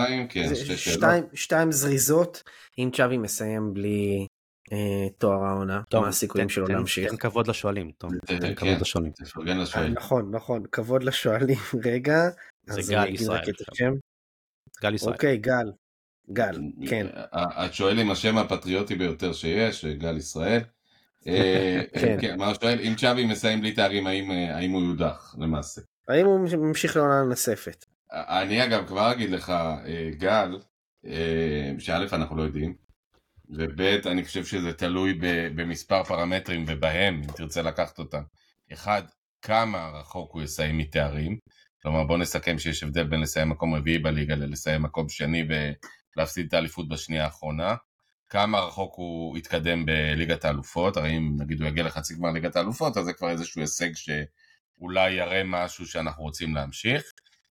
שתיים זריזות, אם צ'אבי מסיים בלי... תואר העונה, מה הסיכויים שלו להמשיך? תן כבוד לשואלים, תום, תן כבוד לשואלים. נכון, נכון, כבוד לשואלים, רגע. זה גל ישראל. גל ישראל. אוקיי, גל, גל, כן. את שואל עם השם הפטריוטי ביותר שיש, גל ישראל. כן, מה שואל, אם צ'אבי מסיים בלי תארים, האם הוא יודח למעשה? האם הוא ממשיך לעונה נוספת? אני אגב כבר אגיד לך, גל, שא' אנחנו לא יודעים, וב' אני חושב שזה תלוי במספר פרמטרים ובהם, אם תרצה לקחת אותם. אחד, כמה רחוק הוא יסיים מתארים, כלומר בוא נסכם שיש הבדל בין לסיים מקום רביעי בליגה ללסיים מקום שני ולהפסיד את האליפות בשנייה האחרונה, כמה רחוק הוא יתקדם בליגת האלופות, הרי אם נגיד הוא יגיע לחצי גמר ליגת האלופות, אז זה כבר איזשהו הישג שאולי יראה משהו שאנחנו רוצים להמשיך,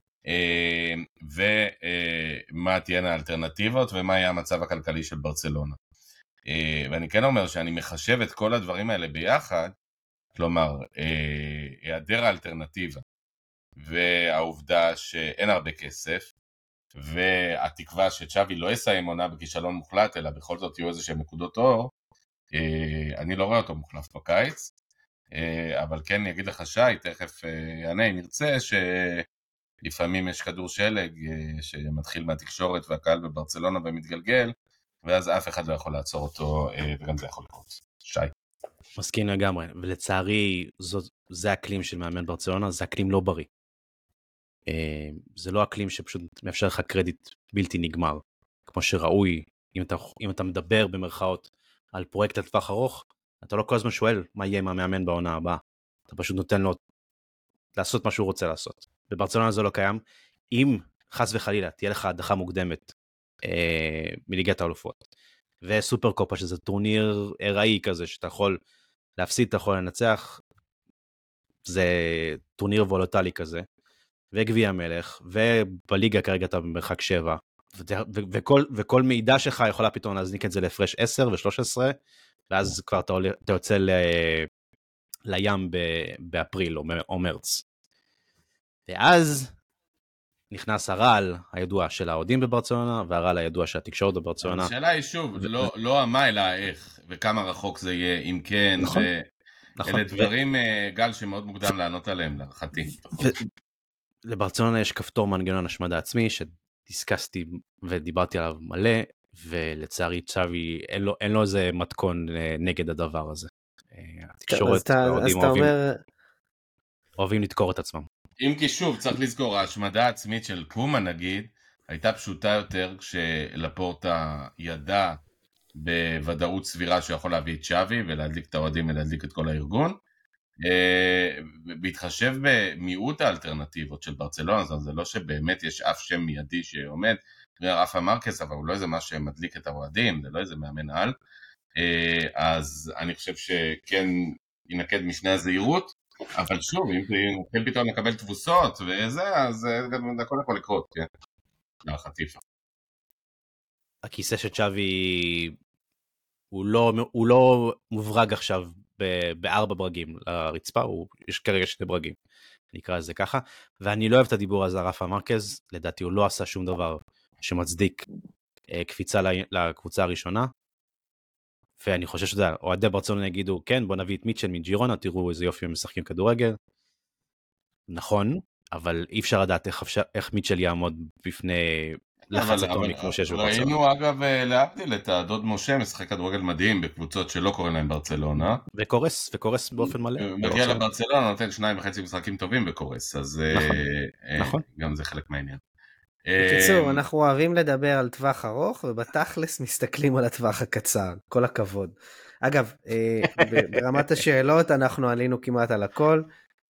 ומה תהיינה האלטרנטיבות ומה יהיה המצב הכלכלי של ברצלונה. ואני כן אומר שאני מחשב את כל הדברים האלה ביחד, כלומר, היעדר האלטרנטיבה, והעובדה שאין הרבה כסף, והתקווה שצ'אבי לא יסיים עונה בכישלון מוחלט, אלא בכל זאת יהיו איזה שהם נקודות אור, אני לא רואה אותו מוחלף בקיץ, אבל כן אני אגיד לך שי, תכף יענה אם נרצה, שלפעמים יש כדור שלג שמתחיל מהתקשורת והקהל בברצלונה ומתגלגל, ואז אף אחד לא יכול לעצור אותו, וגם זה יכול לקרות. שי. מסכים לגמרי, ולצערי זה אקלים של מאמן ברצלונה, זה אקלים לא בריא. זה לא אקלים שפשוט מאפשר לך קרדיט בלתי נגמר, כמו שראוי, אם אתה, אם אתה מדבר במרכאות על פרויקט לטווח ארוך, אתה לא כל הזמן שואל מה יהיה עם המאמן בעונה הבאה, אתה פשוט נותן לו לעשות מה שהוא רוצה לעשות. בברצלונה זה לא קיים. אם חס וחלילה תהיה לך הדחה מוקדמת אה, מליגת האלופות, וסופר קופה שזה טורניר ארעי כזה, שאתה יכול להפסיד, אתה יכול לנצח, זה טורניר וולוטלי כזה, וגביע המלך, ובליגה כרגע אתה במרחק שבע, ו- וכל, וכל מידע שלך יכולה פתאום להזניק את זה להפרש עשר ו-שלוש עשרה, ואז כבר אתה, אתה יוצא ל, לים ב- באפריל או, או מרץ. ואז נכנס הרעל הידוע של האוהדים בברצלונה, והרעל הידוע של התקשורת בברצלונה. השאלה היא שוב, ו- לא, לא המה אלא איך, וכמה רחוק זה יהיה, אם כן, נכון, ו... נכון. אלה דברים, ו... גל, שמאוד מוקדם לענות עליהם, להערכתי. ו... לברצלונה יש כפתור מנגנון השמדה עצמי, שדיסקסתי ודיברתי עליו מלא, ולצערי צ'אבי, אין לו, אין לו איזה מתכון נגד הדבר הזה. התקשורת, האוהדים אוהבים, אומר... אוהבים לתקור את עצמם. אם כי שוב, צריך לזכור, ההשמדה העצמית של קומה נגיד, הייתה פשוטה יותר כשלפורטה ידע בוודאות סבירה שיכול להביא את צ'אבי ולהדליק את האוהדים ולהדליק את כל הארגון. בהתחשב במיעוט האלטרנטיבות של ברצלונה, זה לא שבאמת יש אף שם מיידי שעומד, רפה מרקס, אבל הוא לא איזה מה שמדליק את האוהדים, זה לא איזה מאמן על, אז אני חושב שכן ינקד משנה הזהירות, אבל שוב, אם כן פתאום נקבל תבוסות וזה, אז הכל יכול לקרות, כן? לחטיפה. הכיסא של צ'אבי הוא לא, הוא לא מוברג עכשיו בארבע ברגים לרצפה, הוא, יש כרגע שני ברגים, נקרא לזה ככה, ואני לא אוהב את הדיבור הזה, רפה מרקז, לדעתי הוא לא עשה שום דבר שמצדיק אה, קפיצה לקבוצה הראשונה, ואני חושב שזה, אוהדי ברצלונה יגידו, כן, בוא נביא את מיטשל מג'ירונה, תראו איזה יופי הם משחקים כדורגל, נכון, אבל אי אפשר לדעת איך, איך מיטשל יעמוד בפני לחץ אטומי כמו שיש בברצלונה. ראינו אגב להבדיל את הדוד משה, משחק כדורגל מדהים בקבוצות שלא קוראים להם ברצלונה. וקורס, וקורס באופן מלא. מגיע לברצלונה, נותן שניים וחצי משחקים טובים וקורס, אז נכון. גם זה חלק מהעניין. בקיצור, אנחנו אוהבים לדבר על טווח ארוך, ובתכלס מסתכלים על הטווח הקצר, כל הכבוד. אגב, ברמת השאלות אנחנו עלינו כמעט על הכל.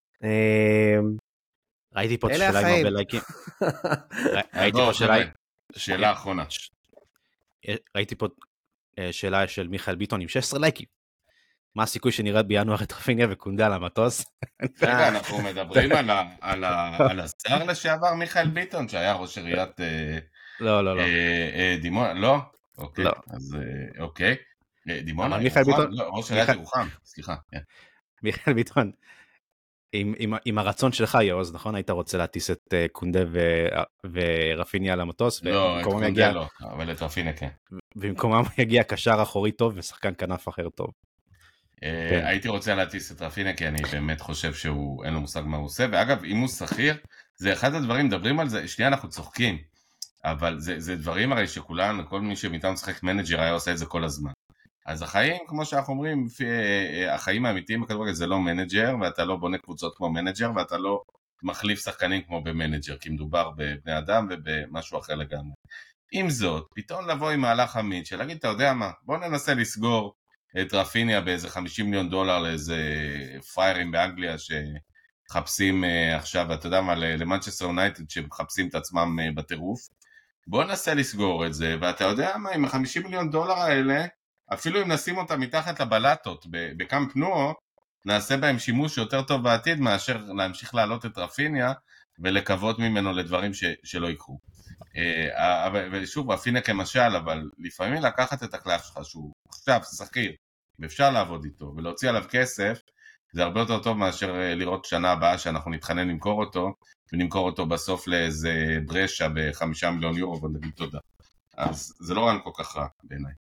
ראיתי פה שאלה עם הרבה לייקים. ראיתי פה שאלה... שאלה אחרונה. ראיתי פה שאלה של מיכאל ביטון עם שש עשרה לייקים. מה הסיכוי שנראית בינואר את רפיניה וקונדה על המטוס? רגע, אנחנו מדברים על השר לשעבר מיכאל ביטון, שהיה ראש עיריית לא, לא, לא. דימונה, לא? אוקיי, אז אוקיי. דימונה, ראש עיריית ירוחם, סליחה. מיכאל ביטון, עם הרצון שלך, יעוז, נכון? היית רוצה להטיס את קונדה ורפיניה על המטוס? לא, את קונדה לא, אבל את רפיניה כן. במקומם יגיע קשר אחורי טוב ושחקן כנף אחר טוב. הייתי רוצה להטיס את רפיניה, כי אני באמת חושב שהוא אין לו מושג מה הוא עושה, ואגב, אם הוא שכיר, זה אחד הדברים, מדברים על זה, שנייה אנחנו צוחקים, אבל זה דברים הרי שכולן, כל מי שמתאם משחק מנג'ר היה עושה את זה כל הזמן. אז החיים, כמו שאנחנו אומרים, החיים האמיתיים בכדורגל זה לא מנג'ר, ואתה לא בונה קבוצות כמו מנג'ר, ואתה לא מחליף שחקנים כמו במנג'ר, כי מדובר בבני אדם ובמשהו אחר לגמרי. עם זאת, פתאום לבוא עם מהלך עמיד, שלהגיד, אתה יודע מה, בוא ננסה לסגור את רפיניה באיזה חמישים מיליון דולר לאיזה פריירים באנגליה שחפשים עכשיו, אתה יודע מה, למנצ'סטר יונייטד שמחפשים את עצמם בטירוף. בוא ננסה לסגור את זה, ואתה יודע מה, עם ה-חמישים מיליון דולר האלה, אפילו אם נשים אותה מתחת לבלטות בקאמפ נו, נעשה בהם שימוש יותר טוב בעתיד מאשר להמשיך להעלות את רפיניה ולקוות ממנו לדברים ש, שלא יקרו. ושוב, רפיניה כמשל, אבל לפעמים לקחת את הקלף שלך שהוא עכשיו שכיר, ואפשר לעבוד איתו ולהוציא עליו כסף, זה הרבה יותר טוב מאשר לראות שנה הבאה שאנחנו נתחנן למכור אותו, ונמכור אותו בסוף לאיזה ברשה בחמישה מיליון יורו ונגיד תודה. אז זה לא רעיון כל כך רע בעיניי.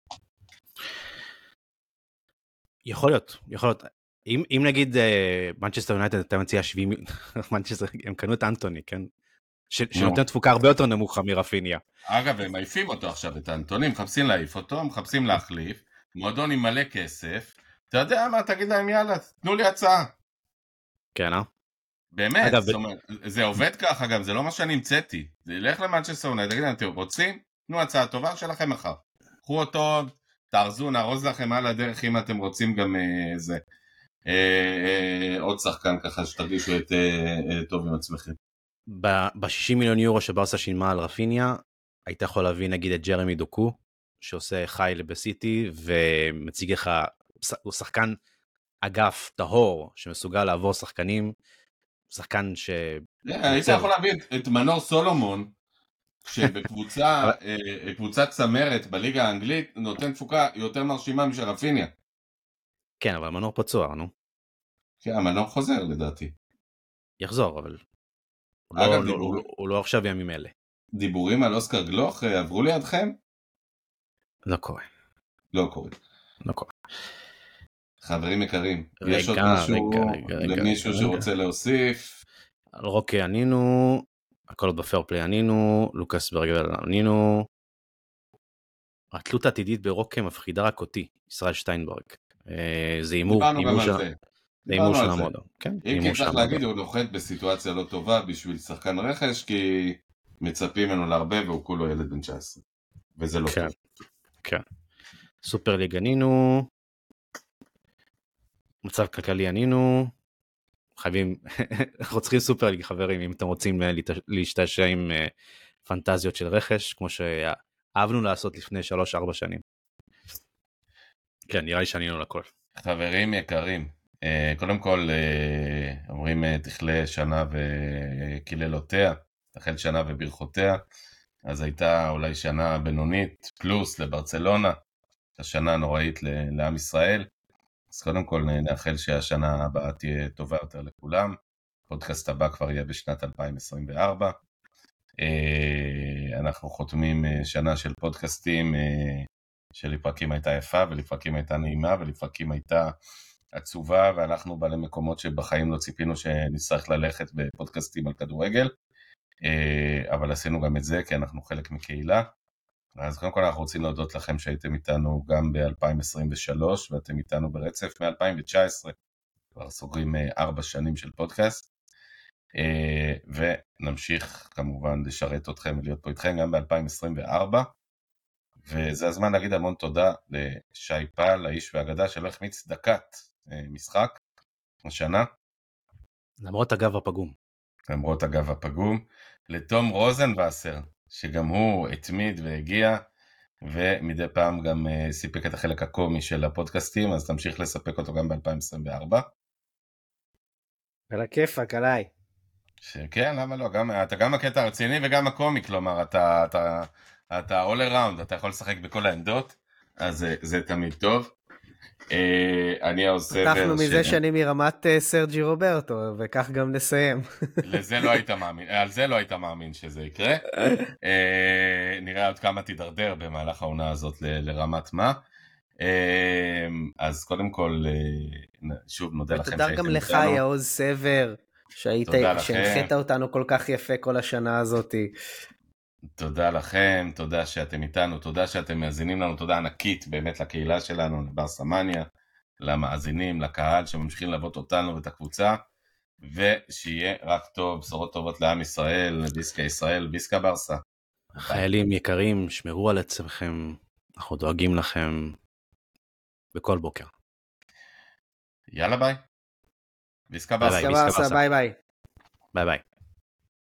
יכול להיות, יכול להיות. אם, אם נגיד מנצ'סטר יונייטד אתה מציע שבעים, מנצ'סטר, הם קנו את אנטוני, כן? ש, שנותן תפוקה הרבה יותר נמוכה מרפיניה. אגב, הם מעיפים אותו עכשיו, את האנטוני, מחפשים להעיף אותו, מחפשים להחליף, מועדון עם מלא כסף, אתה יודע מה, תגיד להם יאללה, תנו לי הצעה. כן, אה? באמת, אגב, זאת אומרת, זה עובד כך, אגב, זה לא מה שאני המצאתי, זה ילך למנצ'סטר יונייטד, תגיד להם, אתם רוצים? תנו הצעה טובה שלכם מחר. קחו אותו, תארזו, נארוז לכם על הדרך אם אתם רוצים גם זה. עוד שחקן ככה שתרגישו את טוב עם עצמכם. ב-שישים מיליון יורו שברסה שילמה על רפיניה, היית יכול להביא נגיד את ג'רמי דוקו, שעושה חייל בסיטי, ומציג לך, הוא שחקן אגף טהור, שמסוגל לעבור שחקנים, שחקן ש... היית יכול להביא את מנור סולומון, שבקבוצה, קבוצת צמרת בליגה האנגלית, נותן תפוקה יותר מרשימה משל רפיניה. כן, אבל מנור פצוע, נו. כן, המנור חוזר לדעתי. יחזור, אבל... אגב, לא, דיבור... הוא, הוא לא עכשיו ימים אלה. דיבורים על אוסקר גלוך עברו לידכם? לא קורה. לא קורה. לא קורה. חברים יקרים, רגע, יש עוד משהו רגע, רגע, למישהו רגע, שרוצה רגע. להוסיף? על רוקי ענינו, הכל עוד בפייר פליי ענינו, לוקאס ברגל ענינו. התלות העתידית ברוקי מפחידה רק אותי, ישראל שטיינברג. זה אימור, אימור של... זה אימור של המודו. אם כי צריך להגיד, הוא נוחת בסיטואציה לא טובה בשביל שחקן רכש, כי מצפים ממנו להרבה והוא כולו ילד בן תשע עשרה. וזה לא כן, טוב. כן. סופר ליג ענינו, מצב כלכלי ענינו, חייבים, אנחנו צריכים סופר ליג חברים, אם אתם רוצים להשתעשע עם פנטזיות של רכש, כמו שאהבנו לעשות לפני שלוש ארבע שנים. כן, נראה לי שענינו לכל. חברים יקרים, קודם כל אומרים תכלה שנה וקיללותיה, תחל שנה וברכותיה, אז הייתה אולי שנה בינונית פלוס לברצלונה, השנה הנוראית לעם ישראל, אז קודם כל נאחל שהשנה הבאה תהיה טובה יותר לכולם, פודקאסט הבא כבר יהיה בשנת אלפיים עשרים וארבע, אנחנו חותמים שנה של פודקאסטים, שלפרקים הייתה יפה ולפרקים הייתה נעימה ולפרקים הייתה עצובה, ואנחנו בעלי מקומות שבחיים לא ציפינו שנצטרך ללכת בפודקאסטים על כדורגל, אבל עשינו גם את זה כי אנחנו חלק מקהילה. אז קודם כל אנחנו רוצים להודות לכם שהייתם איתנו גם ב-אלפיים עשרים ושלוש ואתם איתנו ברצף מ-אלפיים תשע עשרה, כבר סוגרים ארבע שנים של פודקאסט, ונמשיך כמובן לשרת אתכם ולהיות פה איתכם גם ב-אלפיים עשרים וארבע, וזה הזמן להגיד המון תודה לשי פל, האיש והאגדה שלא החמיץ דקת משחק השנה. למרות הגב הפגום. למרות הגב הפגום. לתום רוזנווסר, שגם הוא התמיד והגיע, ומדי פעם גם סיפק את החלק הקומי של הפודקאסטים, אז תמשיך לספק אותו גם ב-אלפיים עשרים וארבע. על הכיפק, עליי. שכן, למה לא? גם, אתה גם הקטע הרציני וגם הקומי, כלומר, אתה... אתה אתה all around, אתה יכול לשחק בכל העמדות, אז זה, זה תמיד טוב. אני עושה... פתחנו מזה שאני מרמת סרג'י רוברטו, וכך גם נסיים. לזה לא היית מאמין, על זה לא היית מאמין שזה יקרה. נראה עוד כמה תדרדר במהלך העונה הזאת ל, לרמת מה. אז קודם כל, שוב נודה לכם שהייתם איתנו. ותודה גם לך, יעוז סבר, שהנחית אותנו כל כך יפה כל השנה הזאת. תודה לכם, תודה שאתם איתנו, תודה שאתם מאזינים לנו, תודה ענקית באמת לקהילה שלנו, לברסמניה, למאזינים, לקהל שממשיכים ללוות אותנו ואת הקבוצה, ושיהיה רק טוב, בשורות טובות לעם ישראל, ויסקה ישראל, ויסקה ברסה. חיילים יקרים, שמרו על עצמכם, אנחנו דואגים לכם בכל בוקר. יאללה ביי. ויסקה ברסה. ביי ביי. ביי ביי.